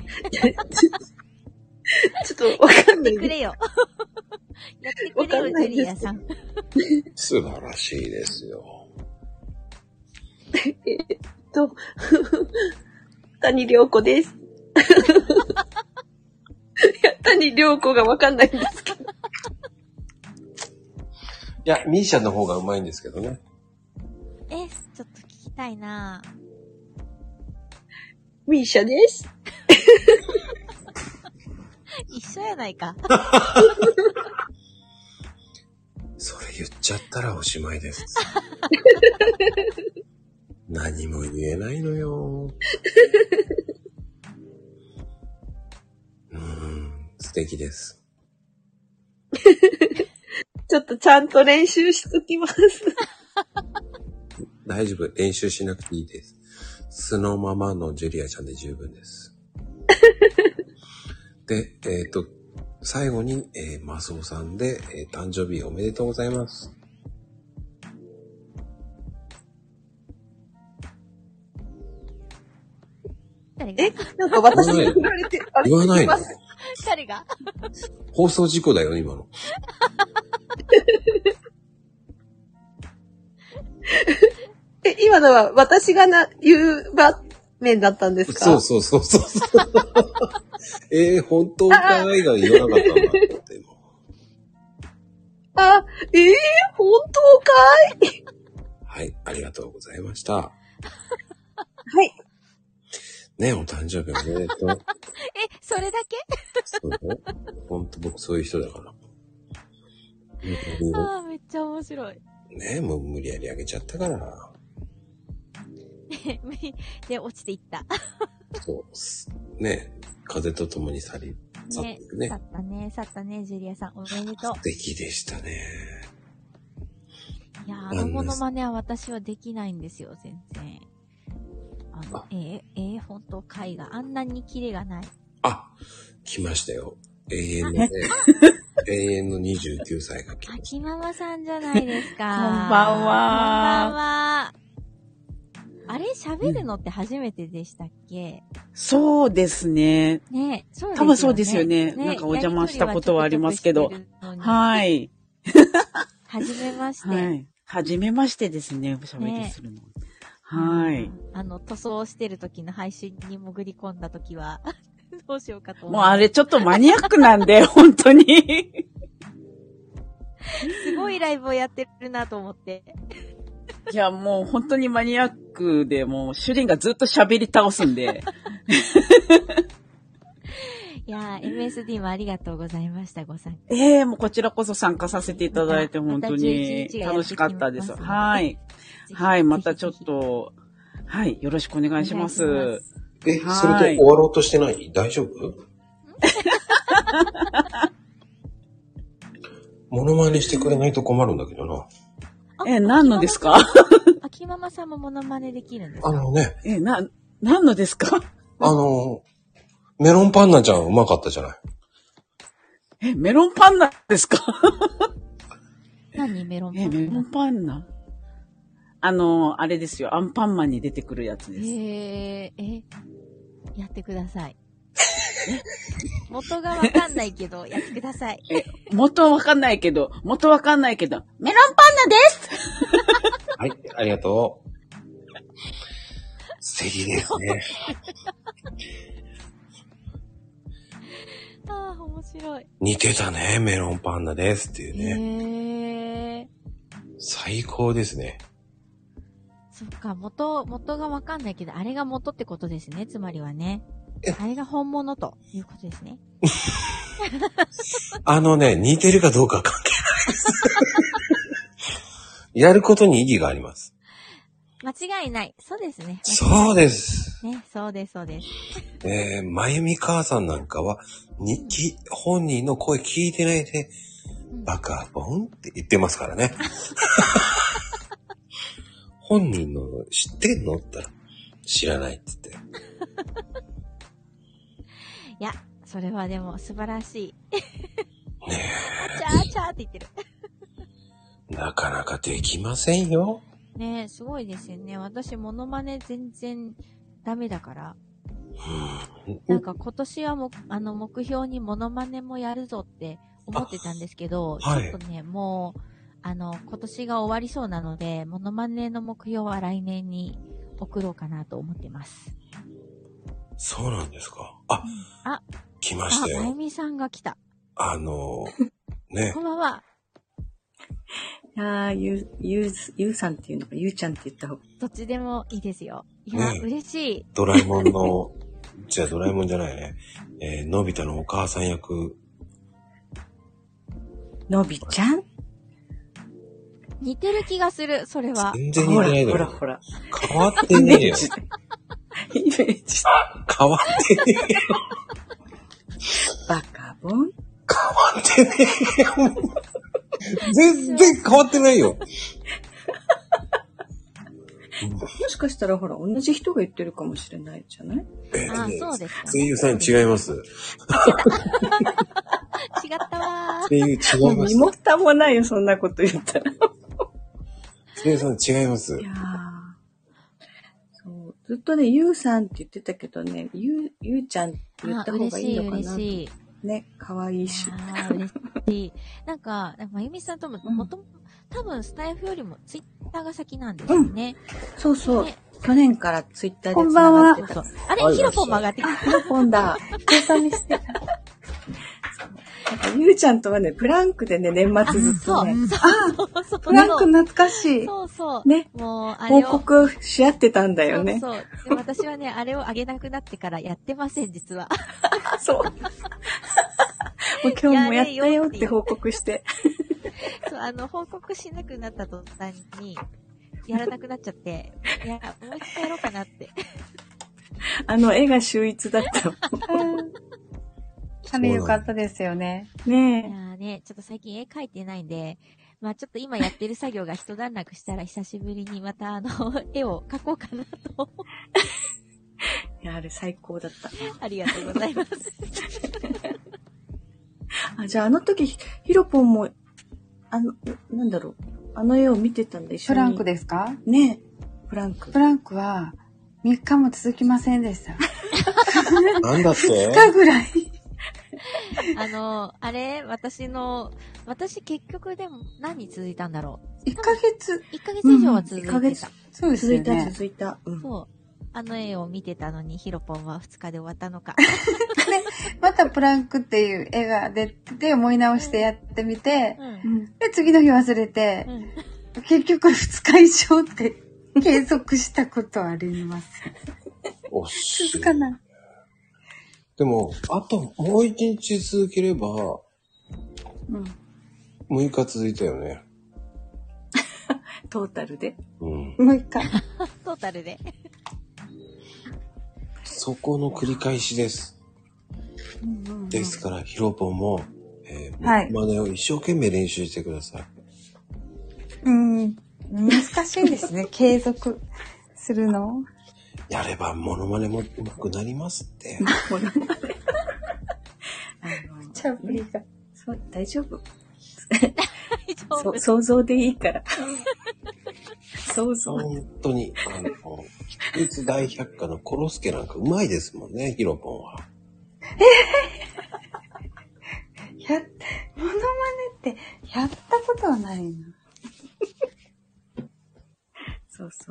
ちょっとわかんない。 やってくれよ。やってくれよ、ジュリアさん。 素晴らしいですよ。 えっと、谷涼子です。いや、谷涼子がわかんないんですけど。いや、ミーシャの方がうまいんですけどね。 え、ちょっと聞きたいなぁ。 ミーシャです。 一緒やないか。 それ言っちゃったらおしまいです。何も言えないのよ。うーん、素敵です。 ちょっとちゃんと練習しときます。 大丈夫、練習しなくていいです。素のままのジュリアちゃんで十分です。で、えっと、最後に、えー、マスオさんで、えー、誕生日おめでとうございます。 誰が？ え、なんか私に振られて、 言わないの？ 誰が？ 放送事故だよ、今の。 え、今のは私がな、言う場面だったんですか？ そうそうそうそう。えー、本当かいが言わなかったんだって。 あ、えー、本当かい？ はい、ありがとうございました。はい。 ね、お誕生日おめでとう。え、 それだけ？ そうだよ。ほんと僕そういう人だから。 ああ、めっちゃ面白い。 ね、もう無理やりあげちゃったから。 で、落ちていった。 そう。ね、風と共に去り、去っていくね。 去ったね、去ったね、ジュリアさん。おめでとう。 素敵でしたね。 いやー、あのモノマネは私はできないんですよ、全然。あの、あえー、えー、本当回があんなにキレがない。 あ、来ましたよ。永遠のね、永遠のにじゅうきゅうさいが来ました。 秋ママさんじゃないですか。こんばんは。 こんばんは。あれ喋るのって初めてでしたっけ？ うん、そうですね。 ね、そうですよね。 多分そうですよね。ね、なんかお邪魔したことはありますけど。はい。 はじめまして。 はい。はじめましてですね、おしゃべりするの。ね、はい。 あの、塗装してる時の配信に潜り込んだ時は、どうしようかと思う。 もうあれちょっとマニアックなんで、本当に。 すごいライブをやってるなと思って。 いや、もう本当にマニアックで、もう主人がずっと喋り倒すんで。 いやー、エムエスディー もありがとうございました、ご参加。 ええー、もうこちらこそ参加させていただいて本当に楽しかったです。はい。はい、またちょっと、はい、よろしくお願いします。 え、それで終わろうとしてない？大丈夫？モノマネしてくれないと困るんだけどな。 え、何のですか？ 秋ママさんもモノマネできるんですか？ あのね。 え、な、何のですか？ あの、メロンパンナちゃんうまかったじゃない。 え、メロンパンナですか？ 何メロンパンナ？ え、メロンパンナあの、あれですよ。アンパンマンに出てくるやつです。 えー、え、やってください。元がわかんないけど、やってください。 え、元はわかんないけど、元わかんないけど、メロンパンナですはい、ありがとう。素敵ですね。 ああ、面白い。 似てたね、メロンパンナですっていうね。 へー。最高ですね。 そっか、元、元がわかんないけど、あれが元ってことですね、つまりはね。あれが本物ということですね。 あのね、似てるかどうかは関係ないです。やることに意義があります。 間違いない。そうですね。 そうです。 ね、そうです、そうです。 えー、まゆみ母さんなんかは、に、き、本人の声聞いてないで、うん、バカボンって言ってますからね。本人の知ってんのって言ったら、知らないって言って。 いや、それはでも素晴らしい。 ねえ。あちゃーちゃーって言ってる。 なかなかできませんよ。 ねえ、すごいですよね。私、モノマネ全然ダメだから。うん、なんか今年はも、あの、目標にモノマネもやるぞって思ってたんですけど、はい、ちょっとね、もう、あの、今年が終わりそうなので、モノマネの目標は来年に送ろうかなと思ってます。 そうなんですか。あ、うん、あ、来ましたよ。 あ、まゆみさんが来た。 あの、ね。 こんばんは。 ああ、ゆう、ゆう、ゆうさんっていうのか、ゆうちゃんって言った方が。 どっちでもいいですよ。いや、ね、嬉しい。 ドラえもんの、じゃあドラえもんじゃないね。えー、のび太のお母さん役。 のびちゃん似てる気がする、それは。 全然似てないのよ。 ほらほら。 変わってねえよ。 イメージ。 変わってねえよ。 バカボン変わってねえよ。全然変わってないよ。 もしかしたらほら、同じ人が言ってるかもしれないじゃない？ えー、 あ、そうですか、ね。 声優さん違います。違ったわー。 声優違います。 身も蓋もないよ、そんなこと言ったら。 声優さん違います。 いやそう。ずっとね、ゆうさんって言ってたけどね、ゆう、ゆうちゃんって言った方がいいのかな。嬉しい、嬉しい。ね、かわいいし。 ああ、嬉しい。なんか、まゆみさんとも、もとも、多分スタイフよりもツイッターが先なんですよね。 うん、そうそう、ね。去年からツイッターで繋がってた。そうそうあれ、ヒロポンも上がってきた。 ヒロポンだ。計算にしてた。なんかゆうちゃんとはね、プランクでね、年末ずっとね。 そうあそうプランク懐かしい。 そうそう。 ね。 もう、あれを。 報告し合ってたんだよね。 そうそう。で私はね、あれを上げなくなってからやってません、実は。 そう。もう今日もやったよって報告して。 そう、あの、報告しなくなった途端に、やらなくなっちゃって、いや、もう一回やろうかなって。 あの、絵が秀逸だった。 あれ良かったですよね。 ねえ。 いやね、ちょっと最近絵描いてないんで、まあちょっと今やってる作業が一段落したら久しぶりにまたあの、絵を描こうかなと。 いや、あれ最高だった。 ありがとうございます。 あ、じゃああの時、ヒロポンも、あの、なんだろう。あの絵を見てたんで一緒に。 プランクですか？ ねえ。プランク。 プランクはみっかも続きませんでした。 なんだって？ ふつかぐらい。 あの、あれ私の、私結局でも何続いたんだろう。 いっかげつ。 いっかげつ以上は続いてた。うん、いっかげつ。 そうですね。 続いた、続いた。 うん、そう。あの絵を見てたのに、ヒロポンはふつかで終わったのか。 で、またプランクっていう絵が出て、思い直してやってみて、うん、で、次の日忘れて、うん、結局ふつか以上って継続したことあります。続かない。 でも、あともう一日続ければ、うん、むいか続いたよね。 トータルで。 うん。 むいか。 トータルで。 そこの繰り返しです。うんうんうん、ですから、ヒロポンも、えー、はい、マネを一生懸命練習してください。 うん、難しいですね、継続するの。 やればモノマネも上手くなりますって。モノマネ。 あの、チャブリが、そう、大丈夫。大丈夫。想像でいいから。想像。 本当に、あの、秘密大百科のコロスケなんかうまいですもんね、ヒロポンは。 えや、モノマネってやったことはないな。 そうそう。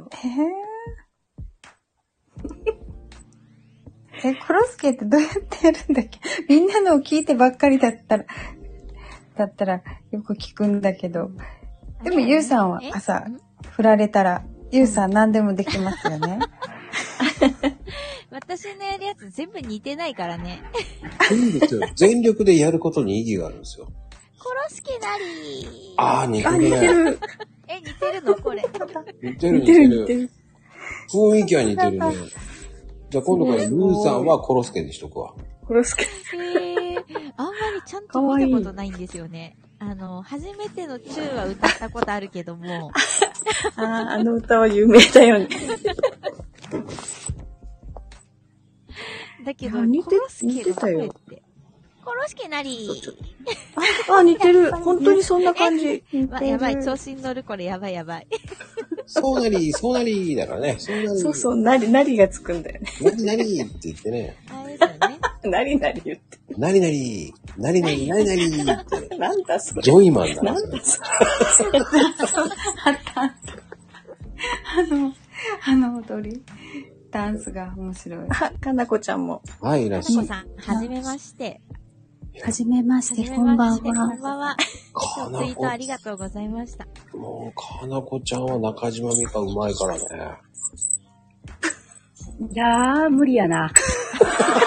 えー、え、コロスケってどうやってやるんだっけ？みんなのを聞いてばっかりだったら、だったらよく聞くんだけど。でもゆうさんは朝振られたら、ゆうさん何でもできますよね。 私のやるやつ全部似てないからね。 いいんですよ。全力でやることに意義があるんですよ。 コロスケなりー。あー、似てるね。似てる。 え、似てるのこれ。 似てる似てる。似てる雰囲気は似てるね。じゃあ今度からルーさんはコロスケにしとくわ。 コロスケ。 へー。あんまりちゃんと見たことないんですよね。あの、初めてのチューは歌ったことあるけども。 ああ、あの歌は有名だよね。 だけど、似て似てたよ。コロスケなりー。あ、似てる。本当にそんな感じ。 ま、やばい、調子に乗るこれやばいやばい。 そうなり、そうなりだからね。そうなり。 そうそう、なり、なりがつくんだよね。 なりなりって言ってね。 あれですよね。 なりなり言って。 なりなり、なりなり、なりなりって。 なんだそれ。 ジョイマンだな。 なんだそれ。 あったあった。あの、あの踊り。ダンスが面白い。 あ、かなこちゃんも。 はい、いらっしゃい。 かなこさん、はじめまして。 はじめまして、こんばんは。 こんばんは。今日ツイートありがとうございました。 もう、かなこちゃんは中島美嘉うまいからね。 いやー、無理やな。か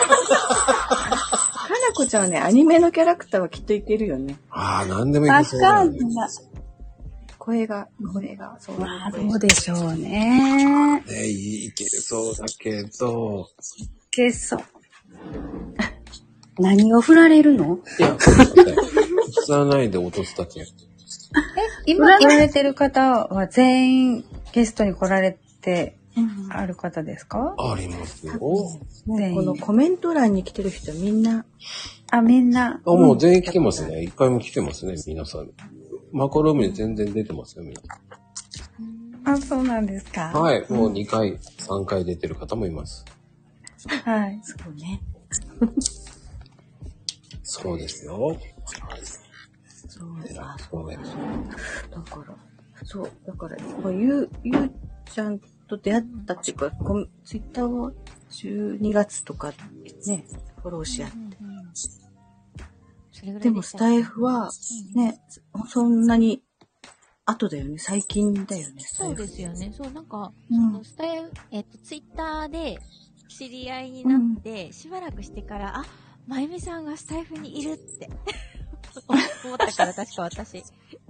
なこちゃんはね、アニメのキャラクターはきっといけるよね。 ああ、なんでもいけそうだね。 声が、声が、そう。 まあ、どうでしょうね。 ね、いけそうだけど。 いけそう。何を振られるの？ いや、振らないで落とすだけ。え、 今言われてる方は全員ゲストに来られてある方ですか？ ありますよ。 全員。このコメント欄に来てる人みんな。 あ、みんな。 あ、もう全員来てますね。一回も来てますね、皆さん。マコロームに全然出てますよ、みんな。あ、そうなんですか？ はい。もうにかい、さんかい出てる方もいます。 はい。 そうね。 そうですよ。 そうだ。 そうだよ。 だから、そう、だから、ゆう、ゆうちゃんと出会ったっていうか、ツイッターをじゅうにがつとかね、フォローし合って。うんうん、でもスタイフはね、うん、そんなに後だよね。最近だよね。 そうですよね。そう、なんか、うん、そのスタイフ、えっと、ツイッターで知り合いになって、うん、しばらくしてから、あ、まゆみさんがスタイフにいるって思ったから、確か私。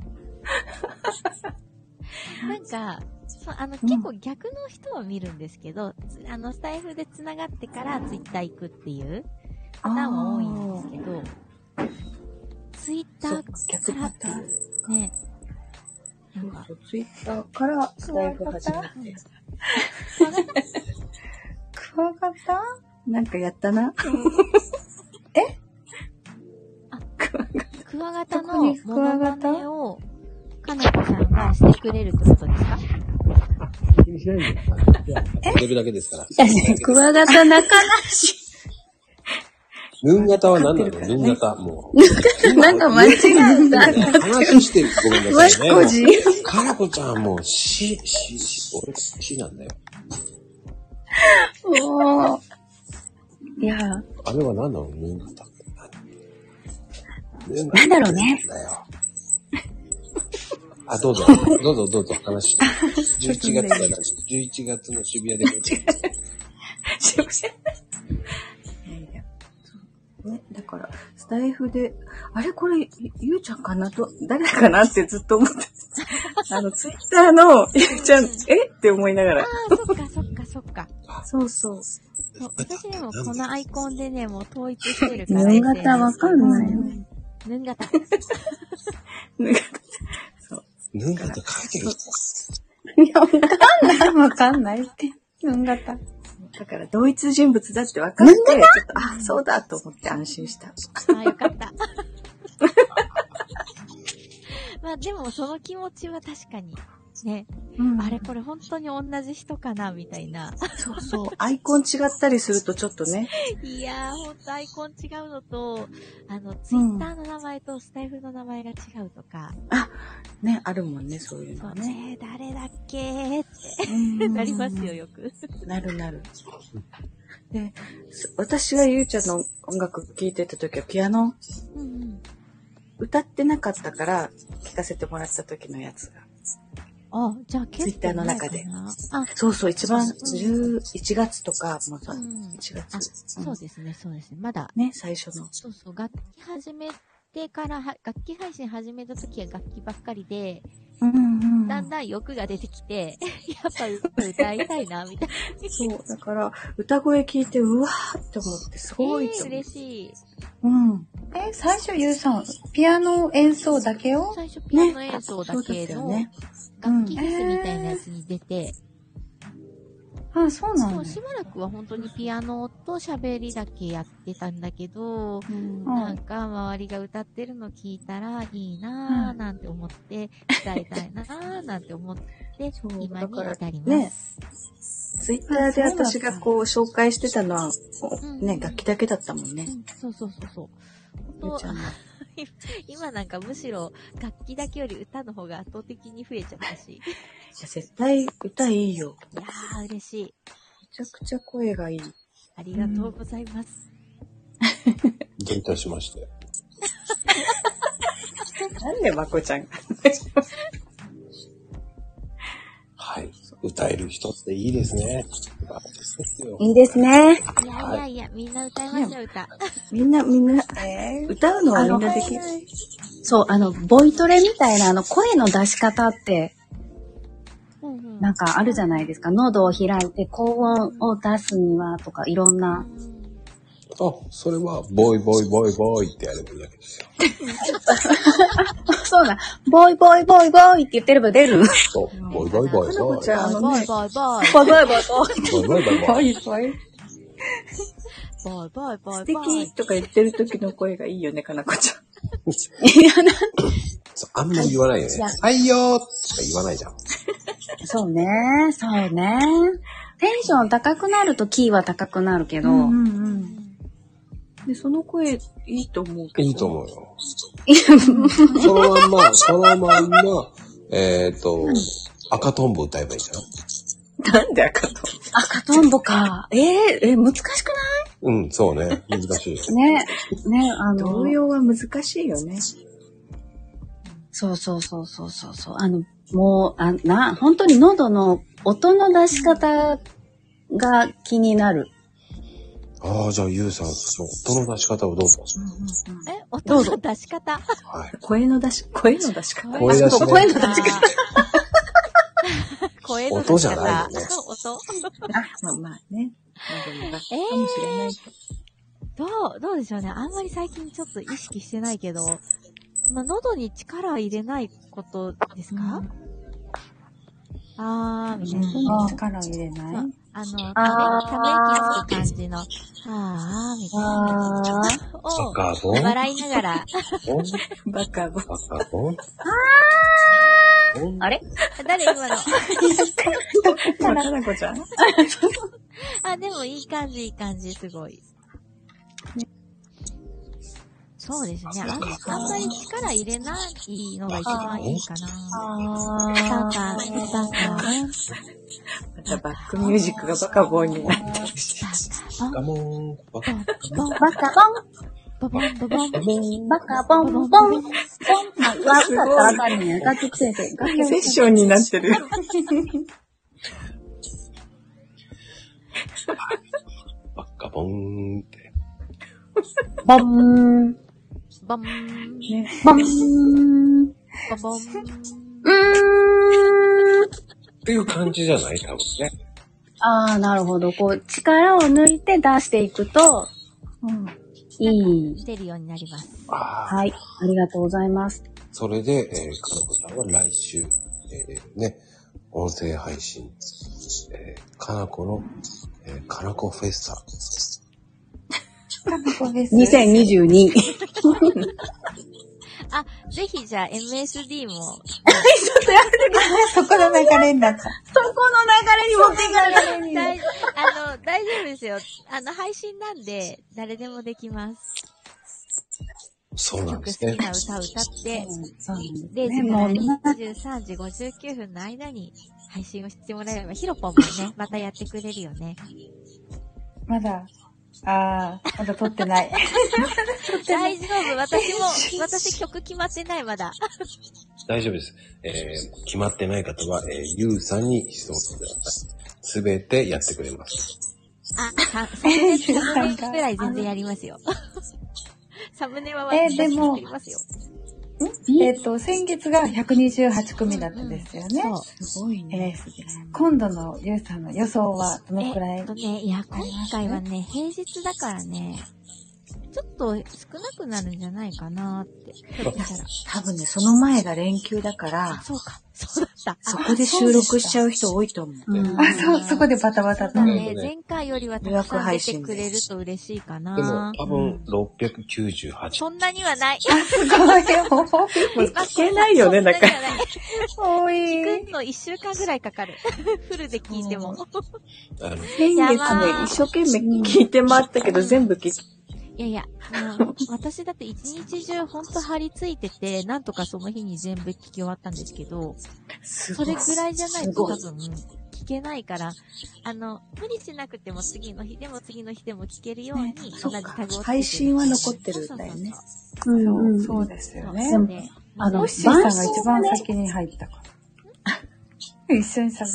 なんか、そうあの、うん、結構逆の人は見るんですけど、あの、スタイフで繋がってからツイッター行くっていうパターンは多いんですけど、ツイッターからっていうね。 なんか、ツイッターからスタイフ始まって。 クワガタ？ なんかやったな。 え？ あ、クワガタのモノマネをかなこさんがしてくれるってことですか？ 気にしないでください。え？出るだけですから。 クワガタ仲なし。 ヌン型は何なの？ヌン型、もう。なんか間違えた。 話してごめんなさいね。 わしこじ。 かなこちゃんもう、し、し、し、俺、しなんだよ。 もう。いや。 あれは何なの？ヌン型。 なんだろうね。 あ、どうぞ、どうぞ、どうぞ、話して。じゅういちがつだな。じゅういちがつの渋谷で。 渋谷ね、だから、スタイフで、あれこれ、ゆうちゃんかなと、誰かなってずっと思ってた。あの、ツイッターの、ゆうちゃん、えって思いながら。 ああ、そっかそっかそっか。 そうそう。 そう私でもこのアイコンでね、もう統一してるから。 ヌン型わかんないよ。 ヌン型。 ヌン型。そう。 ヌン型書いてる。 いや、わかんない。わかんないって。ヌン型。 だから同一人物だって分かって、ちょっと、あ、そうだと思って安心した。 あ、よかった。まあでもその気持ちは確かに。ね、うん、あれこれ本当に同じ人かなみたいな。 そうそう。アイコン違ったりするとちょっとね。 いやー、ほんとアイコン違うのと、あの、ツイッターの名前とスタイフの名前が違うとか。 うん、あ、ね、あるもんね、そういうのね。 そうね、誰だっけーってなりますよ、よく。 なるなる。で、私がゆうちゃんの音楽聴いてた時はピアノ、うんうん、歌ってなかったから聴かせてもらった時のやつが。 あ、じゃあ結構。 ツイッターの中で。あ、そうそう、一番じゅういちがつとか、もうさ、うん、いちがつ、 うん。そうですね、そうですね。まだ。 ね、最初の。 そうそう、楽器始めてからは、楽器配信始めた時は楽器ばっかりで、うんうん、だんだん欲が出てきて、やっぱ歌いたいな、みたいな。 そう、だから、歌声聞いて、うわーって思って、すごいと思って。 えー、嬉しい。 うん。え、最初ゆうさん、ピアノ演奏だけを最初ピアノ演奏だけの、ね、楽器フェスみたいなやつに出て、 うんえー、あ、そうなんだ。 そう、しばらくは本当にピアノと喋りだけやってたんだけど、うん、なんか周りが歌ってるの聞いたらいいなぁなんて思って、歌いたいなぁなんて思って、今に至ります。 ツイッターで私がこう紹介してたのは、ね、うん、楽器だけだったもんね。 うん、そうそうそうそう。本当今なんかむしろ楽器だけより歌の方が圧倒的に増えちゃったし。いや絶対歌いいよ。 いやー嬉しい。めちゃくちゃ声がいい。 ありがとうございます。 どういたしまして。 なんでまこちゃんが。 はい。歌える人っていいですね。 いいですね。 いやいやいや、みんな歌いましょう、歌。 みんな、みんな、えー、歌うのはみんなできる。 そう、あの、ボイトレみたいな、あの、声の出し方って、うんうん、なんかあるじゃないですか。喉を開いて高音を出すには、とか、いろんな。 あ、それは、ボイボイボイボイってやればいいだけですよ。 そうだ。ボイボイボイボイって言ってれば出る。 そう。ボイボイボイボイ。 ボイボイボイボイ。ボイボイボイボイ。 ボイボイボイボイ。 ボイボイボイ。素敵とか言ってる時の声がいいよね、かなこちゃん。 いや、なんあんまり言わないよね。採用とか言わないじゃん。 そうね。そうね。テンション高くなるとキーは高くなるけど。うんうんうんで、その声いいと思うけど。 いいと思うよ。そのまんま、そのまんま、えっと、赤とんぼ歌えばいいじゃん。なんで赤とんぼ赤とんぼか。えー、えー、難しくない？ うん、そうね。難しい。 ね、ね、あの。 童謡は難しいよね。 そうそうそうそうそうそう。あの、もう、あ、な、本当に喉の音の出し方が気になる。 ああ、じゃあ、ゆうさん、その音の出し方をどうぞ。 うんうんうん、え、音の出し方はい。声の出し、声の出し方。 声出し、ね、 声の出し方。 声の出し方。 音じゃないよね。 音。 まあまあね。喉の出しかもしれない。 どう、どうでしょうね。あんまり最近ちょっと意識してないけど、まあ、喉に力入れないことですか、うん、あー、みたいな。 力を入れない、 あの、ため、ため息つく感じの、はぁー、みたいな。 バカボン笑いながら。 バカボン。 バカボンあーあれ誰今のかなこちゃんあ、でもいい感じ、いい感じ、すごい。そうですね。あん、あんまり力入れないのが一番いいかな。あー。バカ、バカ。 またバックミュージックがバカボンになってるし。 バカボン。バカボン。 バカボン。ボボンボボン。バカボンボン。ボン。あ、歌ったらわかるね。楽曲先生。 セッションになってる。 バカボンって。 ボン。 ボン。ね。 ボン。ボボン。 うーん。 っていう感じじゃない多分ね。 ああ、なるほど。こう、力を抜いて出していくと、うん、いい。 出るようになります。 はい。ありがとうございます。 それで、えー、かなこさんは来週、えー、ね、音声配信、えー、かなこの、ええー、カナコフェスタ。 カナコフェスタ。 にせんにじゅうに。 あ、ぜひじゃあ エムエスディー も。ちょっとやめてください。 そこの流れになった。そこの流れに持っていかれる。大丈夫、あの、大丈夫ですよ。あの、配信なんで、誰でもできます。 そうなんですね。 曲好きな歌を歌って、 そうなんですね。 れいじからにじゅうさんじごじゅうきゅうふんの間に配信をしてもらえれば、ヒロポンもね、またやってくれるよね。 まだ、あー、まだ撮ってない。 大丈夫、私も、私曲決まってない、まだ。 大丈夫です。えー、決まってない方は、えー、ゆうさんに質問してください。すべてやってくれます。 あ、さ、さんねんくらい全然やりますよ。サムネは私が作りますよ。 えっと、先月がひゃくにじゅうはちくみだったんですよね。 そう。 すごいね。 今度のゆうさんの予想はどのくらい？ えっとね、いや、今回はね、平日だからね、ちょっと少なくなるんじゃないかなって。 多分ね、その前が連休だから、 そうか、そうだった。 そこで収録しちゃう人多いと思う。 うん、あ、そう、そこでバタバタと。 ね、前回よりはたくさん出てくれると嬉しいかな。 でも、多分、ろっぴゃくきゅうじゅうはち。 そんなにはない。 あ、すごい。もう聞けないよね、だから。 多い。 聞くのいっしゅうかんぐらいかかる。フルで聞いても。 先月ね、一生懸命聞いてもらったけど、全部聞いて。 いやいや、もう私だって一日中ほんと張り付いてて、なんとかその日に全部聞き終わったんですけど、それぐらいじゃないと多分聞けないから、あの、無理しなくても次の日でも次の日でも聞けるように、同じタグをつけてる。 配信は残ってるんだよね。 そう、そうですよね。 ねあの、シーさんが一番先に入ったから。一緒に喋った。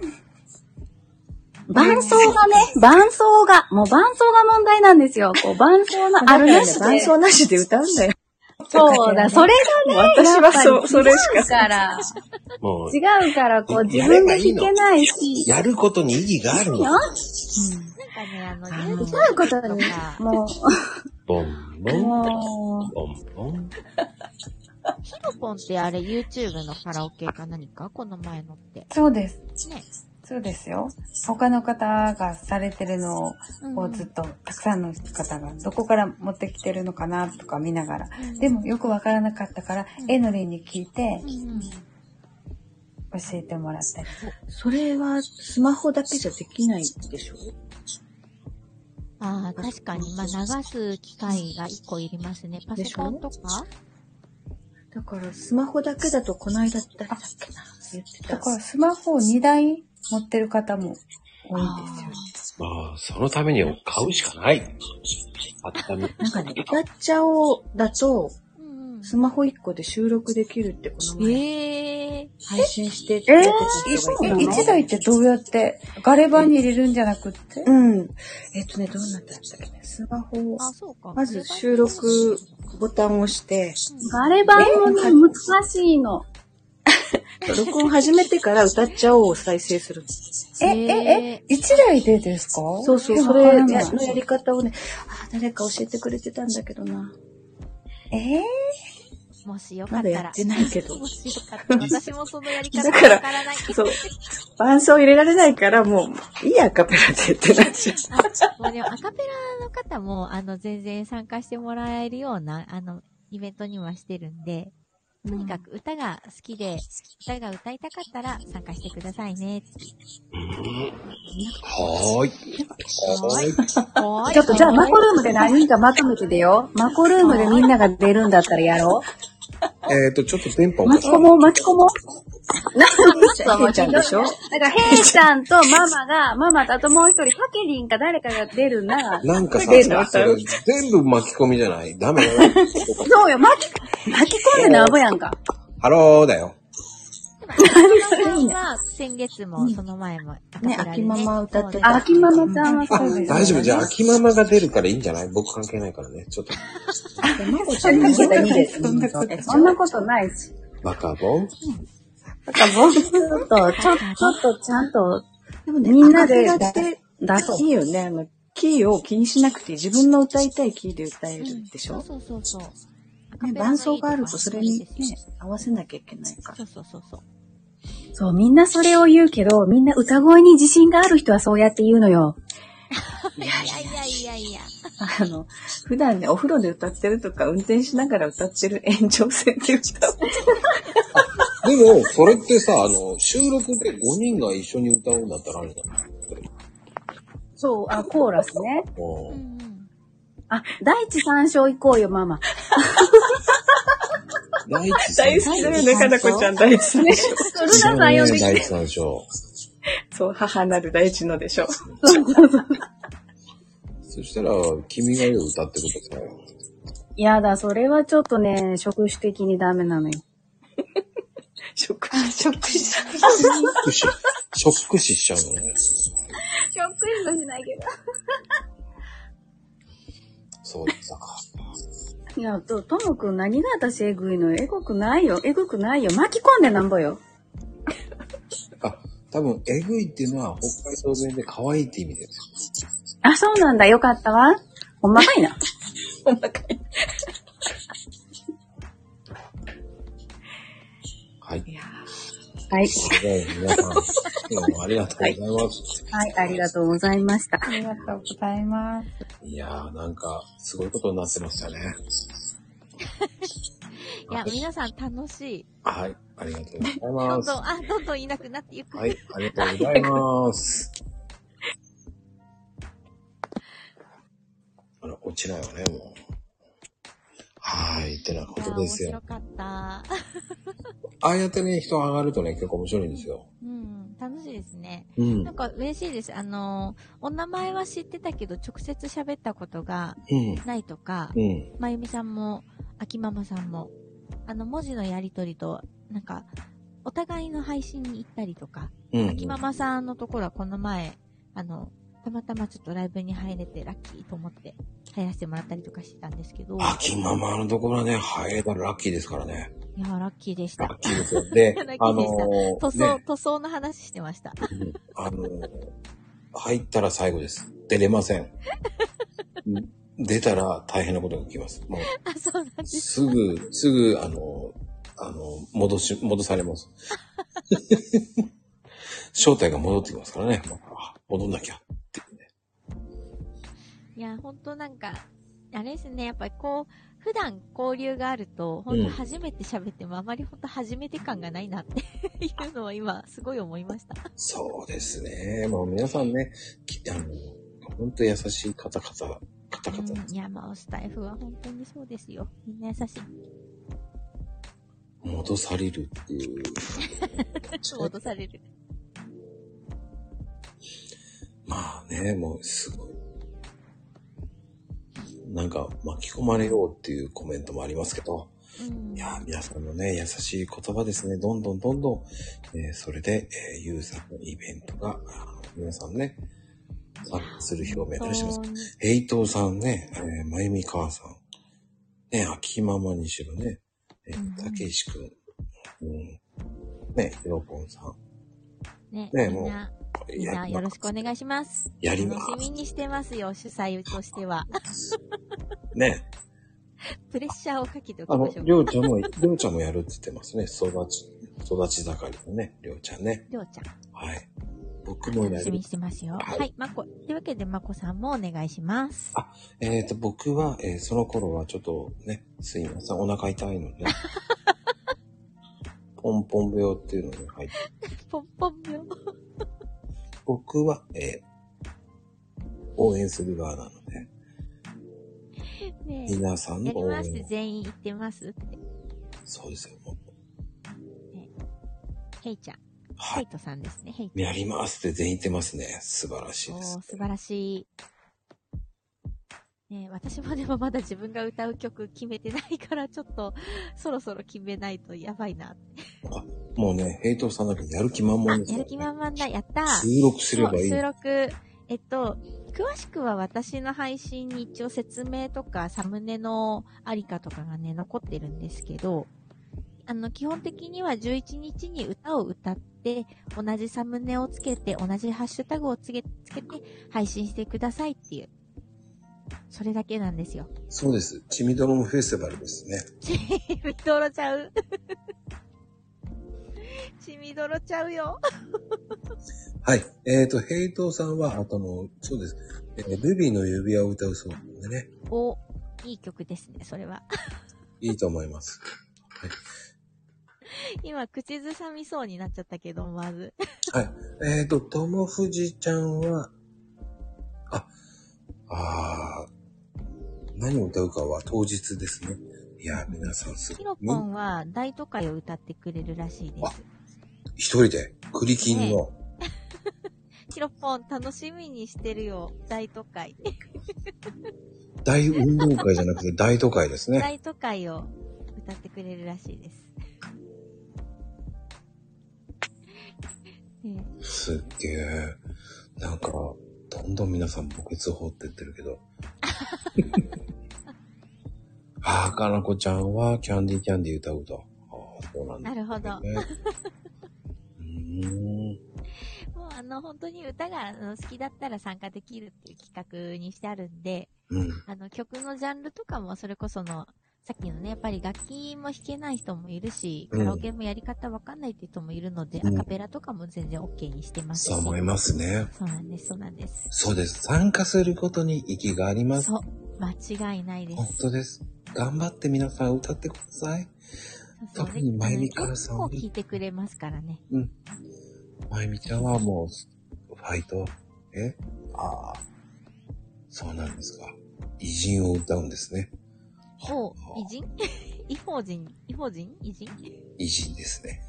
伴奏がね、伴奏が、もう伴奏が問題なんですよ。こう伴奏のあるなしで。 伴奏なしで歌うんだよ。 そうだ、それがね、 私はそ、それしか。 違うから、違うから、こう自分で弾けないし。 やることに意義があるの。うん。なんかね、あの、 違うことに、もう。 ボンボン、ボンボン。 ヒロポンってあれ YouTube のカラオケか何かこの前のって。 そうです。 ね。 そうですよ。他の方がされてるのをずっと、たくさんの方がどこから持ってきてるのかなとか見ながら、うん、でもよくわからなかったから、うん、エノリーに聞いて、うん、教えてもらったり。 それはスマホだけじゃできないでしょ？ ああ、確かに。まあ、流す機械がいっこいりますね。パソコンとか？ だからスマホだけだとこの間誰だっけな言ってた。 だからスマホをにだい持ってる方も多いですよね。 まあ、そのためには買うしかない。 なんかね、歌っちゃおうだと、スマホいっこで収録できるってこの前、えー、配信してって言ってた人がいて。いちだいってどうやってガレ版に入れるんじゃなくってうん。えっとね、どうなったんだっけね。スマホを、まず収録ボタンを押して、 ガレ版もね、難しいの。 録音始めてから歌っちゃおうを再生する。 え、え、え、一台でですか？ そうそう、それのやり方をね、あ、誰か教えてくれてたんだけどな。 えー、 もしよかったら。 まだやってないけど。 もしよかったら。私もそのやり方がわからない。 そう。伴奏入れられないから、もう、いいアカペラでってなっちゃう。もうでもアカペラの方も、あの、全然参加してもらえるような、あの、イベントにはしてるんで、とにかく歌が好きで、歌が歌いたかったら参加してくださいね。 はーい。 はーい。 ちょっとじゃあマコルームで何人かまとめて出よう。マコルームでみんなが出るんだったらやろう。えっと、ちょっと電波を巻き込もう、巻き込もう。 ヘイちゃんでしょ？ だからヘイちゃんとママが、ママとあともう一人、タケリンか誰かが出るな。 なんかさ、全部巻き込みじゃない？ダメだよ。 そうよ、巻き、巻き込んでなんぼやんか。 ハローだよ。 秋ママは先月もその前もアカペラでね。 ね、秋ママ歌ってた。 秋ママちゃんはそうです。 大丈夫。じゃあ秋ママが出るからいいんじゃない？僕関係ないからね。ちょっと。 マコちゃんが出たにで。 そんなことないし。 バカボン。 バカボン。ちょっと、ちょっとちゃんと、でもね、みんなで出そう。いいよね。あの、キーを気にしなくて自分の歌いたいキーで歌えるでしょ？ そうそうそう。 ね、伴奏があるとそれにね、合わせなきゃいけないから。 そうそうそうそう。 そう、みんなそれを言うけど、みんな歌声に自信がある人はそうやって言うのよ。 いやいやいやいやいや。 あの、普段ね、お風呂で歌ってるとか、運転しながら歌ってる延長線で歌う。 でも、それってさ、あの、収録でごにんが一緒に歌うんだったらあれだな。 そう、あ、コーラスね。 うん。 あ、第一三章行こうよ、ママ。 第一大好きだよね、かなこちゃん、第一三章。 ルナさん読んできて。 第一三章。 そう、母なる第一のでしょ。 そうそうそう。 そしたら、君が代を歌ってください。 やだ、それはちょっとね、職種的にダメなのよ。 職種、職種。 職種、職種しちゃうのね。 職種もしないけど。 そうでしたか。 いや、と、ともくん何が私エグいのよ。エゴくないよ。エグくないよ。巻き込んでなんぼよ。 あ、多分、エグいっていうのは、北海道弁で可愛いって意味です。 あ、そうなんだ。よかったわ。ほんまかいな。 ほんまかい。 はい。 いやはい。 皆さん、今日もありがとうございます。 はい、ありがとうございました。 ありがとうございます。 いやー、なんか、すごいことになってましたね。 いや、皆さん楽しい。 はい、ありがとうございどます。 んどん、あ、どんどんいなくなってゆく。 はい、ありがとうございます。あら、落ちないわね、もう。はい、ってなことですよ。 面白かった。 ああやってね、人が上がるとね、結構面白いんですよ。 うん、楽しいですね。 うん。 なんか嬉しいです。あの、お名前は知ってたけど、直接喋ったことがないとか、 うん。 まゆみさんも、あきママさんも、あの、文字のやりとりと、なんか、お互いの配信に行ったりとか、 うん。 あきママさんのところはこの前、あの、たまたまちょっとライブに入れてラッキーと思って入らせてもらったりとかしてたんですけど。 あきママのところはね、入れたらラッキーですからね。 いや、ラッキーでした。 ラッキーですよ。で、あのー、 塗装、ね、塗装の話してました。 うん、あのー、入ったら最後です。出れません。出たら大変なことが起きます。もう。 あ、そうなんです。 すぐ、すぐ、あの、あの、戻し、戻されます。正体が戻ってきますからね。戻んなきゃっていうね。 いや、ほんとなんか、あれですね、やっぱりこう、普段交流があると、ほんと初めて喋っても、うん、あまりほんと初めて感がないなっていうのは今、すごい思いました。 そうですね。もう皆さんね、あの、ほんと優しい方々、方々、 うん。いや、まあ、スタイフは本当にそうですよ。みんな優しい。 戻されるっていう。 戻される。 まあね、もうすごい。なんか巻き込まれようっていうコメントもありますけど、うん、いや皆さんのね優しい言葉ですね。どんどんどんどん、えー、それで、えー、ゆうさんのイベントが皆さんね参加する日を目指します。ヘイトーさんね、えー、まゆみ母さん、ね、あきママにしろね、えー、たけいしくん、うん、ね、ひろぽんさん、 ね、 ね、もう。 みんなよろしくお願いします。 やります。 楽しみにしてますよ、主催としては。 ね。 プレッシャーをかけておきましょう。 あの、りょうちゃんも、りょうちゃんもやるって言ってますね。育ち、育ち盛りのね、りょうちゃんね。 りょうちゃん。 はい。僕もやる。 楽しみにしてますよ。はい。はい、まこ、というわけで、まこさんもお願いします。 あ、えっ、ー、と、僕は、えー、その頃はちょっとね、すいません、お腹痛いので、ね。ポンポン病っていうのに入って。 ポンポン病僕は、えー、応援する側なので、ね、皆さんの応援。 やりますって全員言ってますって。 そうですよ。もうね、ヘイちゃん。 はい。 ヘイトさんですね。ヘイト。 やりますって全員言ってますね。素晴らしいです。 おー、素晴らしい。ね、私もでもまだ自分が歌う曲決めてないから、ちょっと、そろそろ決めないとやばいなって。 あ、もうね、ヘイトさんだけやる気満々ですね。やる気満々だ、やったー。 収録すればいい。 収録、えっと、詳しくは私の配信に一応説明とかサムネのありかとかがね、残ってるんですけど、あの、基本的にはじゅういちにちに歌を歌って、同じサムネをつけて、同じハッシュタグをつけ、つけて配信してくださいっていう。それだけなんですよ。 そうです。チミドロムフェスティバルですね。 チミドロちゃう血みどろちゃうよ。 はい。えっと、ヘイトさんは、あとの、そうです。えー、ルビーの指輪を歌うそうなんでね。 お、いい曲ですね、それは。 いいと思います。はい、 今、口ずさみそうになっちゃったけど、まず。 はい。えっと、ともふじちゃんは、あ、あー、何を歌うかは当日ですね。いや、皆さんすごい。 ヒロポンは大都会を歌ってくれるらしいです。 一人で、クリキンの。ね、 ヒロポン楽しみにしてるよ、大都会。 大運動会じゃなくて大都会ですね。 大都会を歌ってくれるらしいです。 ね、すっげえ。なんか、どんどん皆さん墓穴掘ってってるけど。ああ、かなこちゃんはキャンディーキャンディー歌うと。ああ、そうなんだ、ね。 なるほど。 うーん。 もうあの、本当に歌が好きだったら参加できるっていう企画にしてあるんで、 うん、 あの、曲のジャンルとかもそれこその、さっきのね、やっぱり楽器も弾けない人もいるし、カラオケもやり方わかんないって人もいるので、うん、アカペラとかも全然 OK にしてますし。 そう思いますね。 そうなんです、そうなんです。 そうです。参加することに意義があります。 そう。間違いないです。 本当です。頑張って皆さん歌ってください。そうそう、特にまゆみからさんは。 結構聞いてくれますからね。 うん。まゆみちゃんはもう、ファイト。えああ。そうなんですか。偉人を歌うんですね。 お、偉人異邦人異邦人偉人偉人ですね。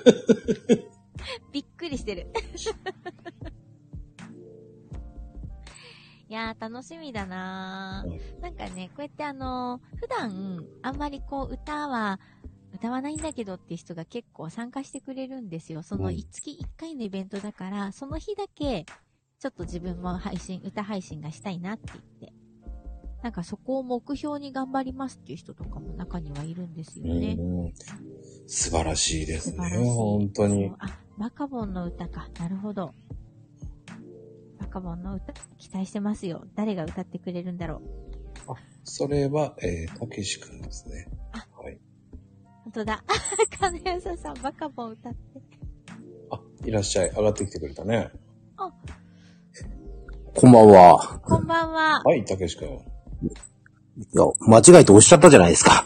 びっくりしてる。いやー、楽しみだなー、うん。なんかね、こうやってあのー、普段、あんまりこう、歌は、歌わないんだけどっていう人が結構参加してくれるんですよ。その、月いっかいのイベントだから、その日だけ、ちょっと自分も配信、歌配信がしたいなって言って。なんかそこを目標に頑張りますっていう人とかも中にはいるんですよね。 うん、素晴らしいですね。素晴らしい。本当に。 あ、バカボンの歌か。なるほど。バカボンの歌、期待してますよ。誰が歌ってくれるんだろう。あ、それは、えー、たけしくんですね。 あ、はい。本当だ。金谷さん、バカボン歌って。 あ、いらっしゃい。上がってきてくれたね。 あ、 こんばんは。 こんばんは。 はい、たけしくん。 いや、間違えておっしゃったじゃないですか。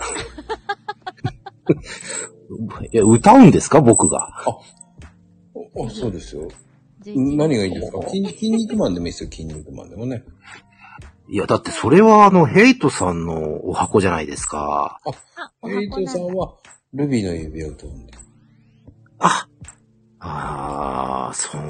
いや、歌うんですか僕が。あ、 あ、そうですよ。何がいいですか筋、筋肉マンでもいいですよ、筋肉マンでもね。 いや、だってそれはあの、ヘイトさんのお箱じゃないですか。 あ、ヘイトさんは、ルビーの指輪を歌うんだ。 あ、ああ、そう、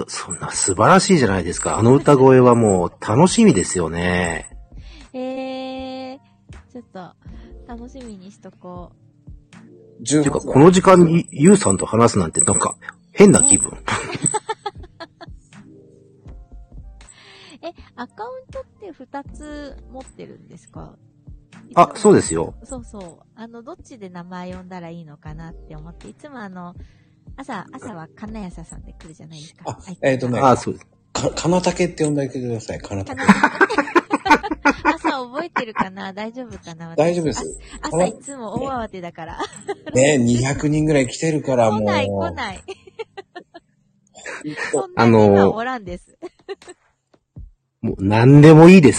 そんな素晴らしいじゃないですか。あの歌声はもう楽しみですよね。 えー、ちょっと、楽しみにしとこう。ていうか、この時間にユウさんと話すなんてなんか、変な気分。ね、 え、アカウントって二つ持ってるんですか？ あ、そうですよ。 そうそう。あの、どっちで名前呼んだらいいのかなって思って、いつもあの、朝、朝は金谷さんで来るじゃないですか。 あ、えっ、ー、とね。 あ、そうです。 か、かなたけって呼んでください。かなたけ。 朝覚えてるかな？大丈夫かな？ 大丈夫です。 朝いつも大慌てだから。 ねえ、にひゃくにんぐらい来てるからもう。 来ない来ない。そんなにはおらんです。 もう何でもいいです。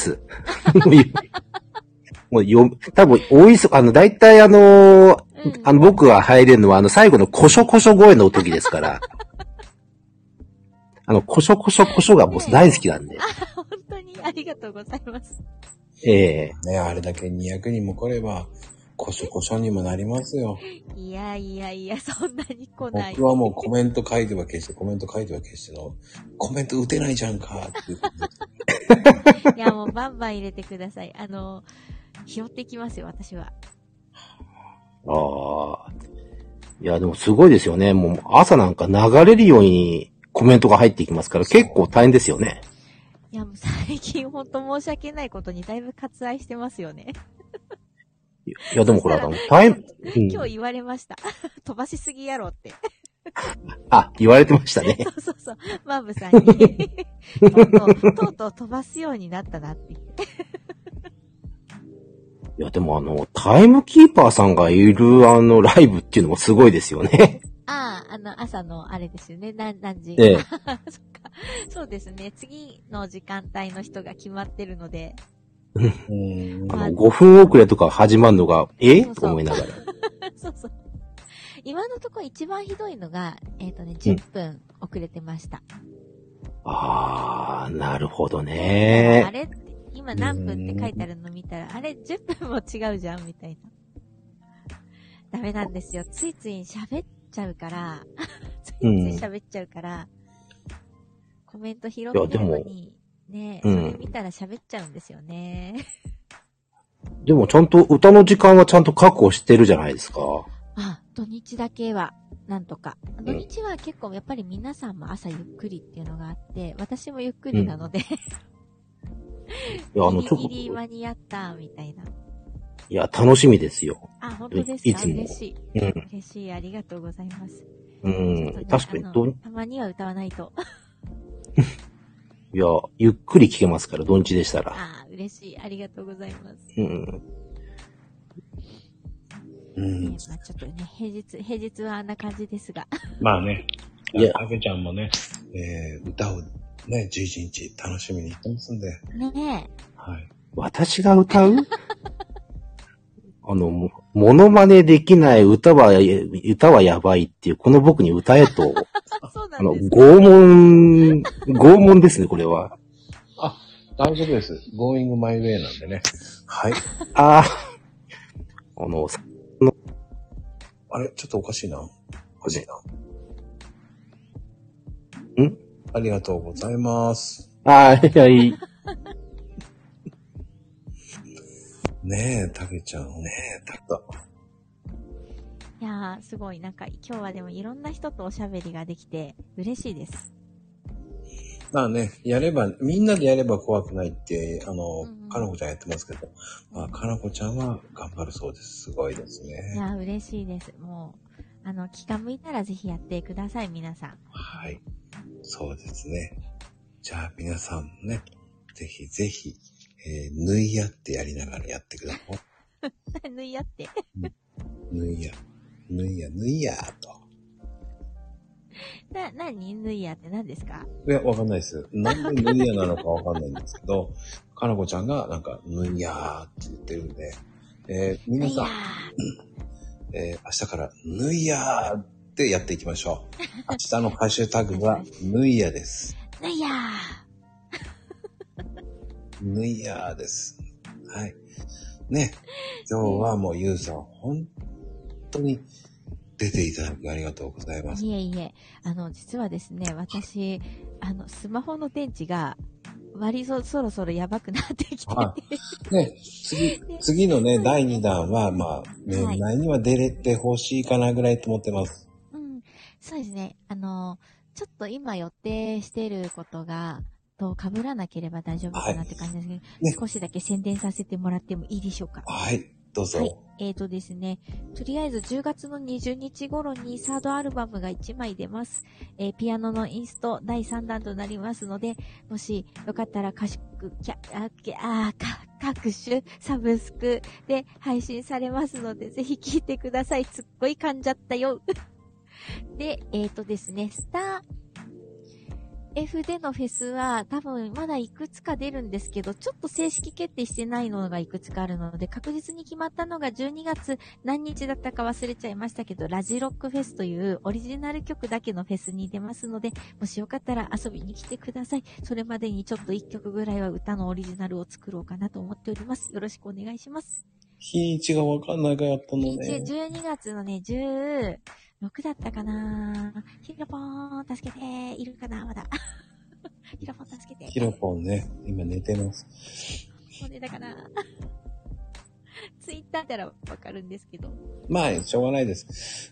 もうよ、多分、多いそ、あの、大体あのーうん、あの、僕が入れるのは、あの、最後のコショコショ声の時ですから。あの、コショコショコショがもう大好きなんで。 ね、あ、本当にありがとうございます。 ええー。ね、あれだけにひゃくにんも来れば、コショコショにもなりますよ。 いやいやいや、そんなに来ない。 僕はもうコメント書いては消して、コメント書いては消しての、コメント打てないじゃんか、っていう感じ。いや、もうバンバン入れてください。あの、拾ってきますよ、私は。 ああ。いや、でもすごいですよね。もう朝なんか流れるようにコメントが入ってきますから結構大変ですよね。 いや、もう最近ほんと申し訳ないことにだいぶ割愛してますよね。 いや、でもこれ、あの、タイム、 うん、今日言われました。飛ばしすぎやろって。 あ、言われてましたね。 そうそうそう。マーブさんに。とうとう、とうとう飛ばすようになったなって言って。 いや、でもあの、タイムキーパーさんがいるあの、ライブっていうのもすごいですよね。 ああ、 あの、朝のあれですよね。何、何時。 ええ。 そっか。そうですね。次の時間帯の人が決まってるので。 うんあのごふん遅れとか始まるのが、えと思いながら。 そうそう。今のところ一番ひどいのが、えっとね、じゅっぷん遅れてました。 うん、あー、なるほどね。 あれ今何分って書いてあるの見たら、あれじゅっぷんも違うじゃんみたいな。ダメなんですよ。ついつい喋っちゃうから、ついつい喋っちゃうから、うん、コメント拾ってるのに、ね、それ見たら喋っちゃうんですよね。 でもちゃんと歌の時間はちゃんと確保してるじゃないですか。 あ、土日だけは、なんとか。土日は結構やっぱり皆さんも朝ゆっくりっていうのがあって、私もゆっくりなので、うん、いや、あの、ちょっと。ギリギリ間に合った、みたいな。 いや、楽しみですよ。 あ、本当ですか？いつも。嬉しい。うん。嬉しい。ありがとうございます。 うん、ね、確かにどたまには歌わないと。 いや、ゆっくり聴けますから、土日でしたら。 ああ、嬉しい。ありがとうございます。 うん。 うん。ね、まあちょっとね、平日、平日はあんな感じですが。 まあね。いや、あけちゃんもね、えー、歌をね、じゅういちにち楽しみに行ってますんで。 ねえ。 はい。 私が歌うあの、モノマネできない歌は、歌はやばいっていう、この僕に歌えと。 そうなんです。 あの、拷問、拷問ですね、これは。 あ、大丈夫です。Going my way なんでね。はい。 ああ。あの、 あれちょっとおかしいな。おかしいな。んありがとうございます。 はい、はい。 ねえ、たけちゃん。ねえ、たけた。 いやー、すごい。なんか、今日はでもいろんな人とおしゃべりができて、嬉しいです。 まあね、やれば、みんなでやれば怖くないって、あの、うんうん、かなこちゃんやってますけど、まあ、かなこちゃんは頑張るそうです。すごいですね。 いやー、嬉しいです。もう、あの、気が向いたらぜひやってください、皆さん。 はい。そうですね。じゃあ、皆さんね、ぜひぜひ、えー、縫い合ってやりながらやってください。縫い合って。 縫い合。縫い合、縫い合と。 な、なに縫い合って何ですか？ いや、わかんないです。なんで縫い合なのかわかんないんですけど、かなこちゃんがなんか縫い合って言ってるんで、えー、皆さん、えー、明日から縫い合ってやっていきましょう。明日のハッシュタグは縫い合です。 縫い合縫い合です。はい。ね。今日はもうゆうさん、本当に出ていただきありがとうございます。 いえいえ、あの、実はですね、私、あの、スマホの電池が、割とそろそろやばくなってきてて、 はい。ね、次、次のね、だいにだんは、まあ、年内には出れてほしいかなぐらいと思ってます。 うん、そうですね。あの、ちょっと今予定してることが、と被らなければ大丈夫かなって感じですけど、はいね、少しだけ宣伝させてもらってもいいでしょうか。 はい、どうぞ。 はい。えーとですね、とりあえずじゅうがつのにじゅうにち頃にサードアルバムがいちまい出ます。えー、ピアノのインストだいさんだんとなりますので、もしよかったら各、キャ、あ、あ、各種サブスクで配信されますので、ぜひ聴いてください。すっごい噛んじゃったよ。で、えーとですね、スター、F でのフェスは多分まだいくつか出るんですけど、ちょっと正式決定してないのがいくつかあるので、確実に決まったのがじゅうにがつ何日だったか忘れちゃいましたけど、ラジロックフェスというオリジナル曲だけのフェスに出ますので、もしよかったら遊びに来てください。それまでにちょっといっきょくぐらいは歌のオリジナルを作ろうかなと思っております。よろしくお願いします。 日にちがわかんないかやったのね。 日にちじゅうにがつのね、じゅうろくだったかな。ひろぽーん、助けて、いるかなまだ。ヒロポン助けて。 ヒロポンね、今寝てます。 もう寝たかな。ツイッターならわかるんですけど。 まあ、しょうがないです。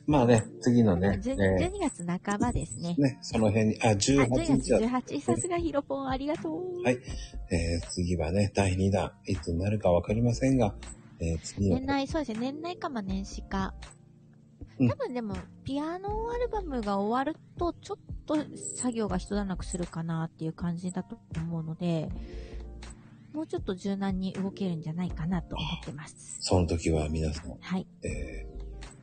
まあね、次のね。 じゅうに、えー、じゅうにがつなかばですね。 ね、その辺に、あ、じゅうはちにちだ。 じゅうはちにち、さすがヒロポンありがとう。 はい。えー、次はね、だいにだん、いつになるかわかりませんが、えー、次は。 年内、そうですね、年内かま年始か。多分でも、ピアノアルバムが終わると、ちょっと作業が一段落するかなっていう感じだと思うので、もうちょっと柔軟に動けるんじゃないかなと思ってます。 その時は皆さん、 はい。 え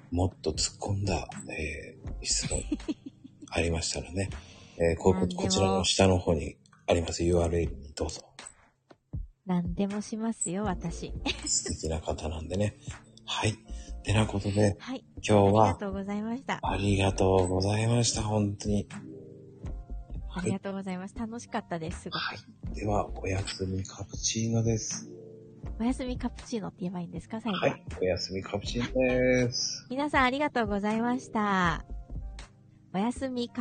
もっと突っ込んだ、えー、質問ありましたらね、えー、こ, こちらの下の方にあります ユーアールエル にどうぞ。 何でもしますよ、私。 素敵な方なんでね。はい。てなことで、 はい、 今日は、 ありがとうございました。 ありがとうございました。本当に。 ありがとうございます。楽しかったです、すごく。はい。 では、おやすみカプチーノです。 おやすみカプチーノって言えばいいんですか、最後は。 はい。おやすみカプチーノです。 皆さんありがとうございました。おやすみカプチーノ。